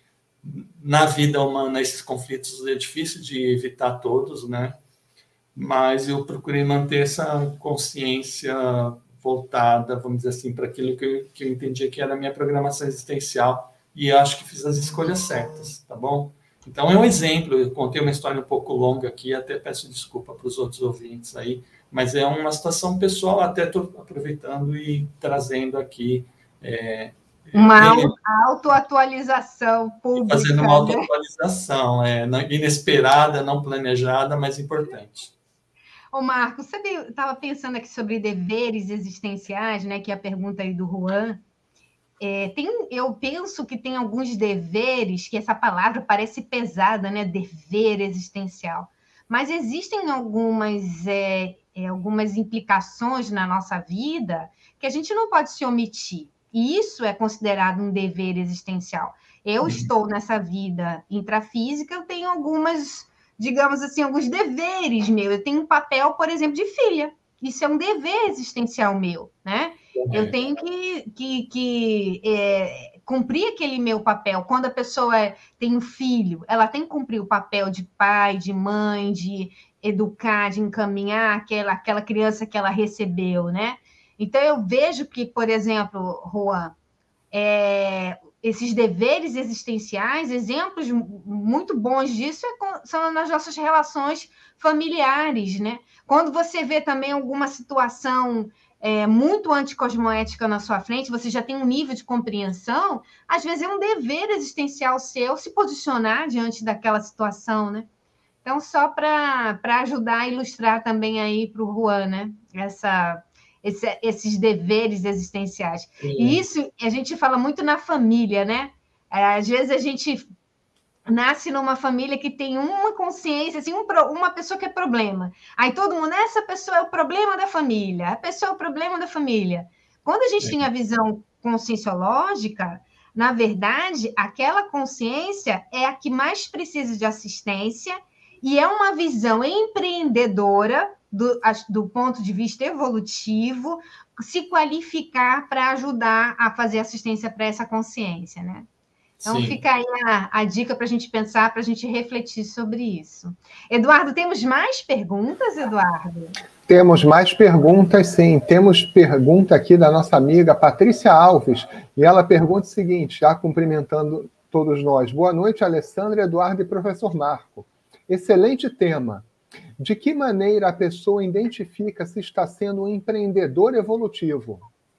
na vida humana esses conflitos é difícil de evitar todos, né? Mas eu procurei manter essa consciência voltada, vamos dizer assim, para aquilo que eu, que eu entendia que era a minha programação existencial, e acho que fiz as escolhas certas, tá bom? Então, é um exemplo, eu contei uma história um pouco longa aqui, até peço desculpa para os outros ouvintes aí, mas é uma situação pessoal, até estou aproveitando e trazendo aqui... É, uma autoatualização pública. Fazendo uma autoatualização, né? É, inesperada, não planejada, mas importante. Ô, Marco, sabe, eu estava pensando aqui sobre deveres existenciais, né? Que é a pergunta aí do Juan. É, tem, eu penso que tem alguns deveres, que essa palavra parece pesada, né? Dever existencial. Mas existem algumas, é, é, algumas implicações na nossa vida que a gente não pode se omitir. E isso é considerado um dever existencial. Eu uhum. estou nessa vida intrafísica, eu tenho algumas... digamos assim, alguns deveres meus. Eu tenho um papel, por exemplo, de filha. Isso é um dever existencial meu, né? É. Eu tenho que, que, que é, cumprir aquele meu papel. Quando a pessoa é, tem um filho, ela tem que cumprir o papel de pai, de mãe, de educar, de encaminhar aquela, aquela criança que ela recebeu, né? Então, eu vejo que, por exemplo, Juan, é, esses deveres existenciais, exemplos muito bons disso é, são nas nossas relações familiares, né? Quando você vê também alguma situação é, muito anticosmoética na sua frente, você já tem um nível de compreensão, às vezes é um dever existencial seu se posicionar diante daquela situação, né? Então, só para ajudar a ilustrar também aí para o Juan, né? Essa... Esse, esses deveres existenciais. Sim. E isso a gente fala muito na família, né? Às vezes a gente nasce numa família que tem uma consciência, assim, um, uma pessoa que é problema. Aí todo mundo, essa pessoa é o problema da família, a pessoa é o problema da família. Quando a gente Sim. tem a visão conscienciológica, na verdade, aquela consciência é a que mais precisa de assistência e é uma visão empreendedora Do, do ponto de vista evolutivo, se qualificar para ajudar a fazer assistência para essa consciência, né? Então, Sim. fica aí a, a dica para a gente pensar, para a gente refletir sobre isso. Eduardo, temos mais perguntas, Eduardo? Temos mais perguntas, sim. Temos pergunta aqui da nossa amiga Patrícia Alves, e ela pergunta o seguinte, já cumprimentando todos nós. Boa noite, Alessandra, Eduardo e professor Marco. Excelente tema. De que maneira a pessoa identifica se está sendo um empreendedor evolutivo?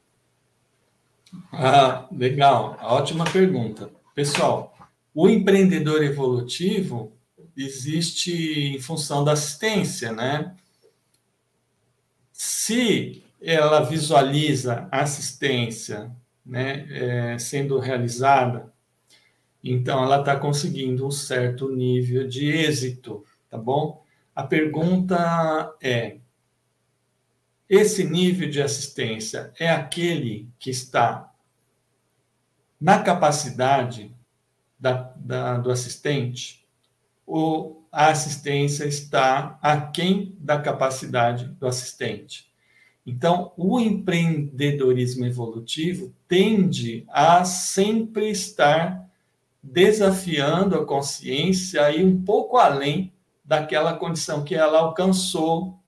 Ah, legal, ótima pergunta. Pessoal, o empreendedor evolutivo existe em função da assistência, né? Se ela visualiza a assistência, né, é, sendo realizada, então ela está conseguindo um certo nível de êxito, tá bom? A pergunta é: esse nível de assistência é aquele que está na capacidade da, da, do assistente, ou a assistência está aquém da capacidade do assistente? Então, o empreendedorismo evolutivo tende a sempre estar desafiando a consciência e um pouco além daquela condição que ela alcançou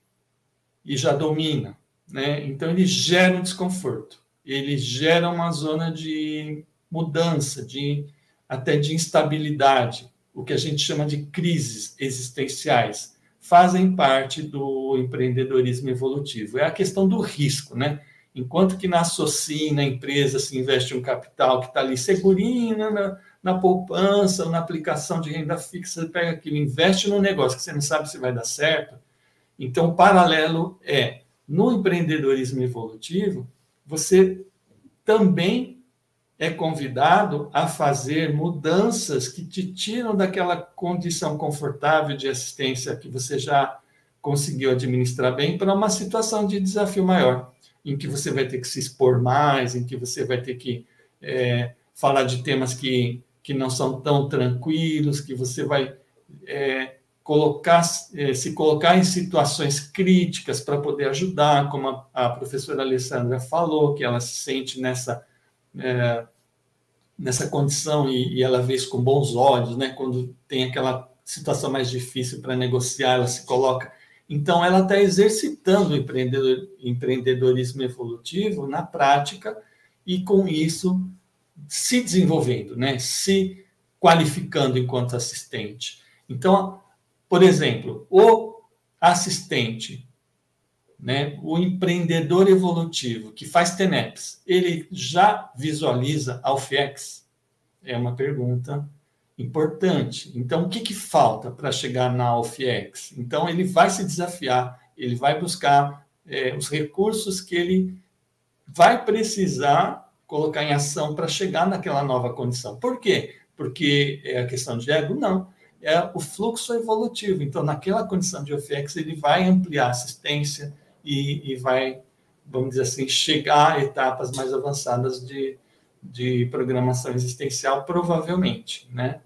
e já domina, né? Então, ele gera um desconforto, ele gera uma zona de mudança, de, até de instabilidade, o que a gente chama de crises existenciais, fazem parte do empreendedorismo evolutivo. É a questão do risco, né? Enquanto que na associe, na empresa, se investe um capital que está ali segurinho, né, na, na poupança, na aplicação de renda fixa, você pega aquilo, investe num negócio que você não sabe se vai dar certo. Então, o paralelo é, no empreendedorismo evolutivo, você também é convidado a fazer mudanças que te tiram daquela condição confortável de assistência que você já conseguiu administrar bem para uma situação de desafio maior, em que você vai ter que se expor mais, em que você vai ter que é, falar de temas que, que não são tão tranquilos, que você vai é, colocar, é, se colocar em situações críticas para poder ajudar, como a, a professora Alessandra falou, que ela se sente nessa... É, nessa condição e, e ela vê isso com bons olhos, né? Quando tem aquela situação mais difícil para negociar, ela se coloca. Então, ela está exercitando o empreendedor, empreendedorismo evolutivo na prática e, com isso, se desenvolvendo, né? Se qualificando enquanto assistente. Então, por exemplo, o assistente, né, o empreendedor evolutivo que faz T E N E Ps, ele já visualiza a U F E X? É uma pergunta importante. Então, o que, que falta para chegar na U F E X? Então, ele vai se desafiar, ele vai buscar é, os recursos que ele vai precisar colocar em ação para chegar naquela nova condição. Por quê? Porque é a questão de ego? Não. É o fluxo evolutivo. Então, naquela condição de U F E X, ele vai ampliar a assistência, E, e vai, vamos dizer assim, chegar a etapas mais avançadas de, de programação existencial, provavelmente, né?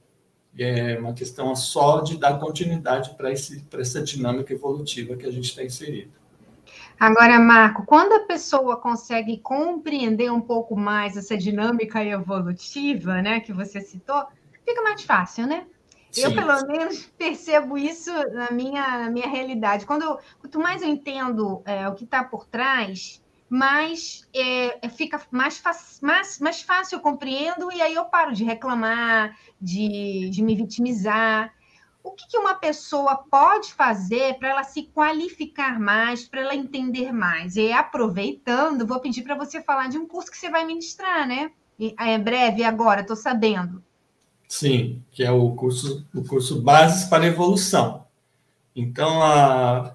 É uma questão só de dar continuidade para essa dinâmica evolutiva que a gente está inserido. Agora, Marco, quando a pessoa consegue compreender um pouco mais essa dinâmica evolutiva, né, que você citou, fica mais fácil, né? Sim. Eu, pelo menos, percebo isso na minha, na minha realidade. Quando, quanto mais eu entendo é, o que está por trás, mais é, fica mais, mais, mais fácil eu compreendo, e aí eu paro de reclamar, de, de me vitimizar. O que, que uma pessoa pode fazer para ela se qualificar mais, para ela entender mais? E aproveitando, vou pedir para você falar de um curso que você vai ministrar, né? É breve agora, estou sabendo. Sim, que é o curso, o curso Bases para a Evolução. Então, a,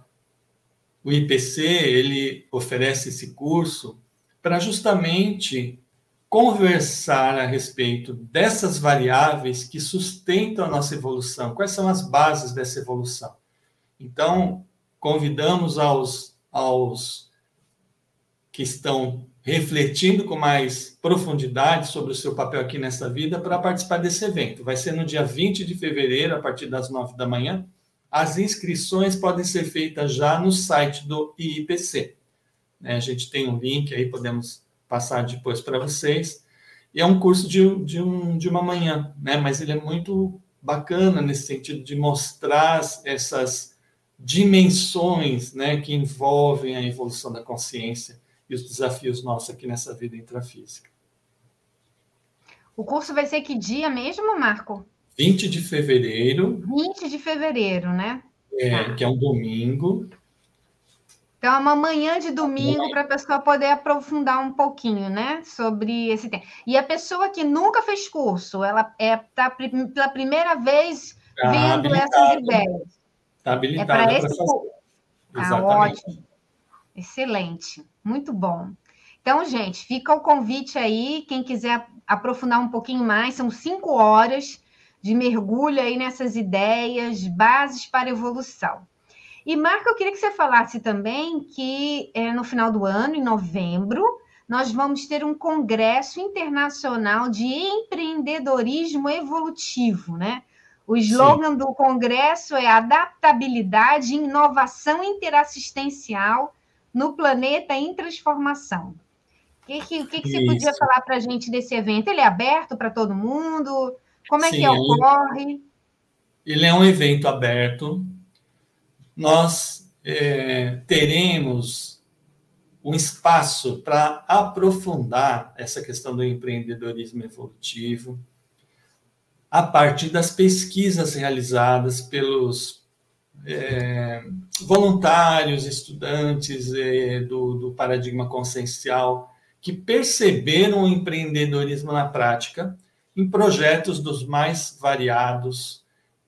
o I P C, ele oferece esse curso para justamente conversar a respeito dessas variáveis que sustentam a nossa evolução. Quais são as bases dessa evolução? Então, convidamos aos, aos que estão refletindo com mais profundidade sobre o seu papel aqui nessa vida para participar desse evento. Vai ser no dia vinte de fevereiro, a partir das nove da manhã. As inscrições podem ser feitas já no site do I I P C. A gente tem um link aí, podemos passar depois para vocês. E é um curso de, de, um, de uma manhã, né? Mas ele é muito bacana nesse sentido de mostrar essas dimensões, né, que envolvem a evolução da consciência e os desafios nossos aqui nessa vida intrafísica. O curso vai ser que dia mesmo, Marco? vinte de fevereiro. vinte de fevereiro, né? É, tá. Que é um domingo. Então, é uma manhã de domingo para a pessoa poder aprofundar um pouquinho, né, sobre esse tema. E a pessoa que nunca fez curso, ela está pela primeira vez tá vendo essas ideias. Está habilitada é para esse curso. Exatamente. Ah, ótimo. Excelente. Muito bom. Então, gente, fica o convite aí. Quem quiser aprofundar um pouquinho mais, são cinco horas de mergulho aí nessas ideias, bases para a evolução. E, Marco, eu queria que você falasse também que é, no final do ano, em novembro, nós vamos ter um congresso internacional de empreendedorismo evolutivo, né? O slogan Sim. do congresso é adaptabilidade, inovação interassistencial no planeta em transformação. O que, que, que, que você podia falar para a gente desse evento? Ele é aberto para todo mundo? Como é Sim, que ocorre? Ele é um evento aberto. Nós é, teremos um espaço para aprofundar essa questão do empreendedorismo evolutivo a partir das pesquisas realizadas pelos é, voluntários, estudantes é, do, do paradigma consciencial, que perceberam o empreendedorismo na prática em projetos dos mais variados,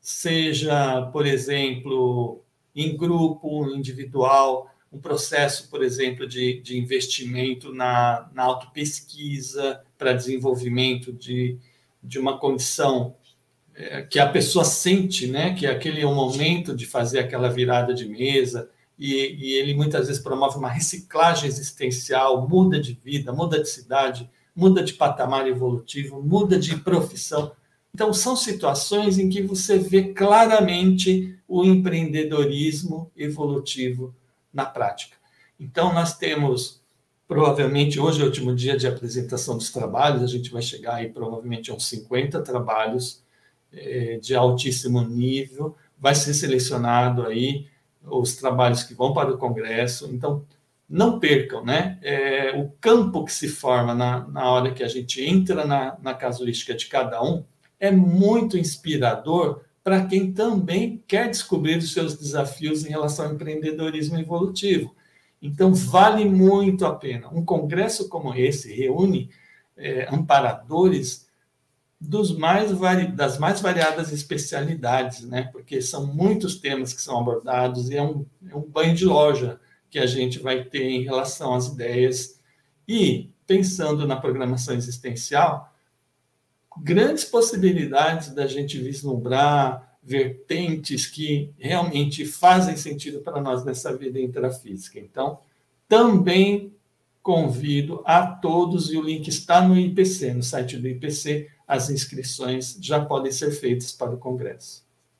seja, por exemplo, em grupo, individual, um processo, por exemplo, de, de investimento na, na autopesquisa para desenvolvimento de, de uma condição é, que a pessoa sente, né, que aquele é o momento de fazer aquela virada de mesa, e, e ele muitas vezes promove uma reciclagem existencial, muda de vida, muda de cidade, muda de patamar evolutivo, muda de profissão. Então, são situações em que você vê claramente o empreendedorismo evolutivo na prática. Então, nós temos, provavelmente, hoje é o último dia de apresentação dos trabalhos, a gente vai chegar aí provavelmente a uns cinquenta trabalhos eh, de altíssimo nível, vai ser selecionado aí os trabalhos que vão para o Congresso. Então, não percam, né? É, o campo que se forma na, na hora que a gente entra na, na casuística de cada um é muito inspirador para quem também quer descobrir os seus desafios em relação ao empreendedorismo evolutivo. Então, vale muito a pena. Um congresso como esse reúne é, amparadores dos mais vari... das mais variadas especialidades, né? Porque são muitos temas que são abordados e é um, é um banho de loja que a gente vai ter em relação às ideias. E, pensando na programação existencial, grandes possibilidades da gente vislumbrar vertentes que realmente fazem sentido para nós nessa vida intrafísica. Então, também convido a todos, e o link está no I P C, no site do I P C, as inscrições já podem ser feitas para o Congresso.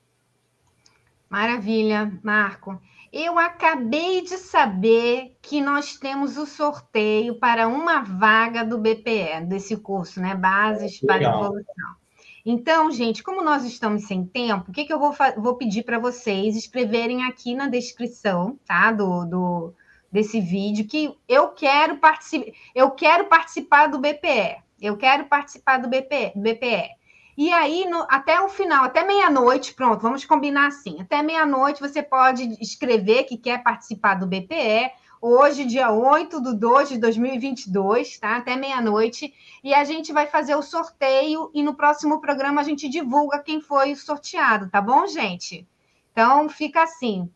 Maravilha, Marco. Eu acabei de saber que nós temos o sorteio para uma vaga do B P E, desse curso, né? Bases é, para Evolução. Então, gente, como nós estamos sem tempo, o que, que eu vou, vou pedir para vocês escreverem aqui na descrição, tá? Do, do, desse vídeo, que eu quero, particip... eu quero participar do B P E. Eu quero participar do B P E. B P E. E aí, no, até o final, até meia-noite, pronto, vamos combinar assim. Até meia-noite você pode escrever que quer participar do B P E. Hoje, dia oito de dois de dois mil e vinte e dois, tá? Até meia-noite. E a gente vai fazer o sorteio e no próximo programa a gente divulga quem foi sorteado, tá bom, gente? Então, fica assim.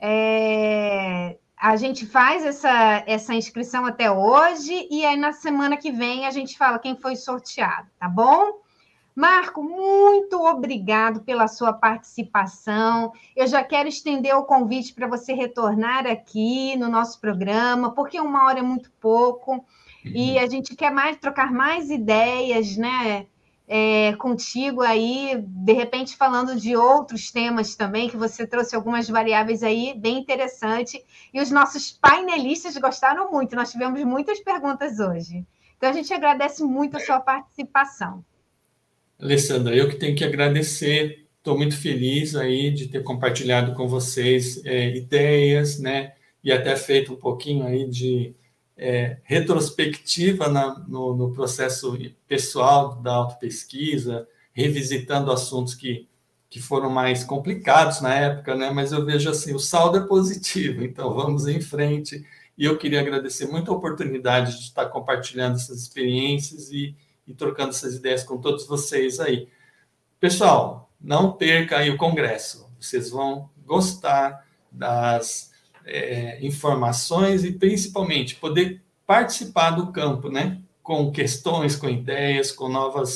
É... A gente faz essa, essa inscrição até hoje e aí na semana que vem a gente fala quem foi sorteado, tá bom? Marco, muito obrigado pela sua participação. Eu já quero estender o convite para você retornar aqui no nosso programa, porque uma hora é muito pouco, e a gente quer mais trocar mais ideias, né? É, contigo aí, de repente falando de outros temas também, que você trouxe algumas variáveis aí bem interessante, e os nossos painelistas gostaram muito, nós tivemos muitas perguntas hoje. Então, a gente agradece muito a sua participação. Alessandra, eu que tenho que agradecer, estou muito feliz aí de ter compartilhado com vocês é, ideias, né, e até feito um pouquinho aí de é, retrospectiva na, no, no processo pessoal da autopesquisa, revisitando assuntos que, que foram mais complicados na época, né, mas eu vejo assim, o saldo é positivo, então vamos em frente, e eu queria agradecer muito a oportunidade de estar compartilhando essas experiências e e trocando essas ideias com todos vocês aí. Pessoal, não perca aí o congresso. Vocês vão gostar das é, informações e, principalmente, poder participar do campo, né? Com questões, com ideias, com novas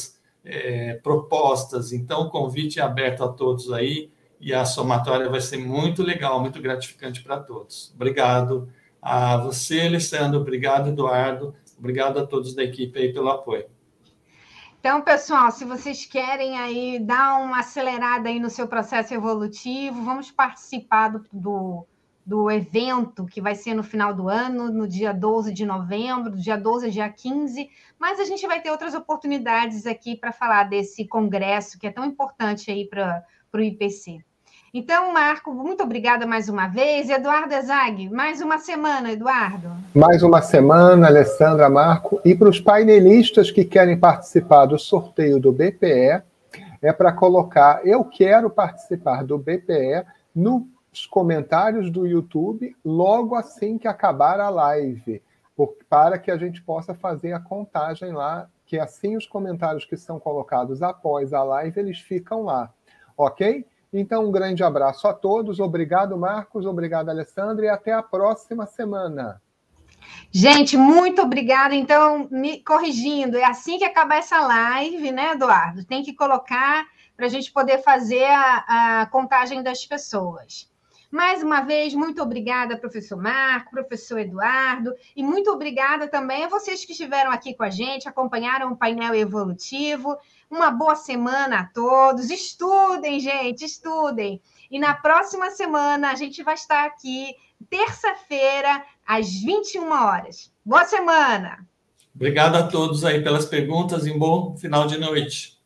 é, propostas. Então, o convite é aberto a todos aí, e a somatória vai ser muito legal, muito gratificante para todos. Obrigado a você, Alessandro, obrigado, Eduardo, obrigado a todos da equipe aí pelo apoio. Então, pessoal, se vocês querem aí dar uma acelerada aí no seu processo evolutivo, vamos participar do, do, do evento que vai ser no final do ano, no dia doze de novembro, do dia doze ao dia quinze, mas a gente vai ter outras oportunidades aqui para falar desse congresso que é tão importante aí para o I P C. Então, Marco, muito obrigada mais uma vez. Eduardo Ezag, mais uma semana, Eduardo. Mais uma semana, Alessandra, Marco. E para os painelistas que querem participar do sorteio do B P E, é para colocar eu quero participar do B P E nos comentários do YouTube logo assim que acabar a live, para que a gente possa fazer a contagem lá, que assim os comentários que são colocados após a live, eles ficam lá, ok? Então, um grande abraço a todos. Obrigado, Marcos. Obrigado, Alessandra. E até a próxima semana. Gente, muito obrigada. Então, me corrigindo, é assim que acabar essa live, né, Eduardo? Tem que colocar para a gente poder fazer a, a contagem das pessoas. Mais uma vez, muito obrigada, professor Marco, professor Eduardo, e muito obrigada também a vocês que estiveram aqui com a gente, acompanharam o painel evolutivo. Uma boa semana a todos. Estudem, gente, estudem. E na próxima semana a gente vai estar aqui, terça-feira, às vinte e uma horas. Boa semana! Obrigado a todos aí pelas perguntas e um bom final de noite.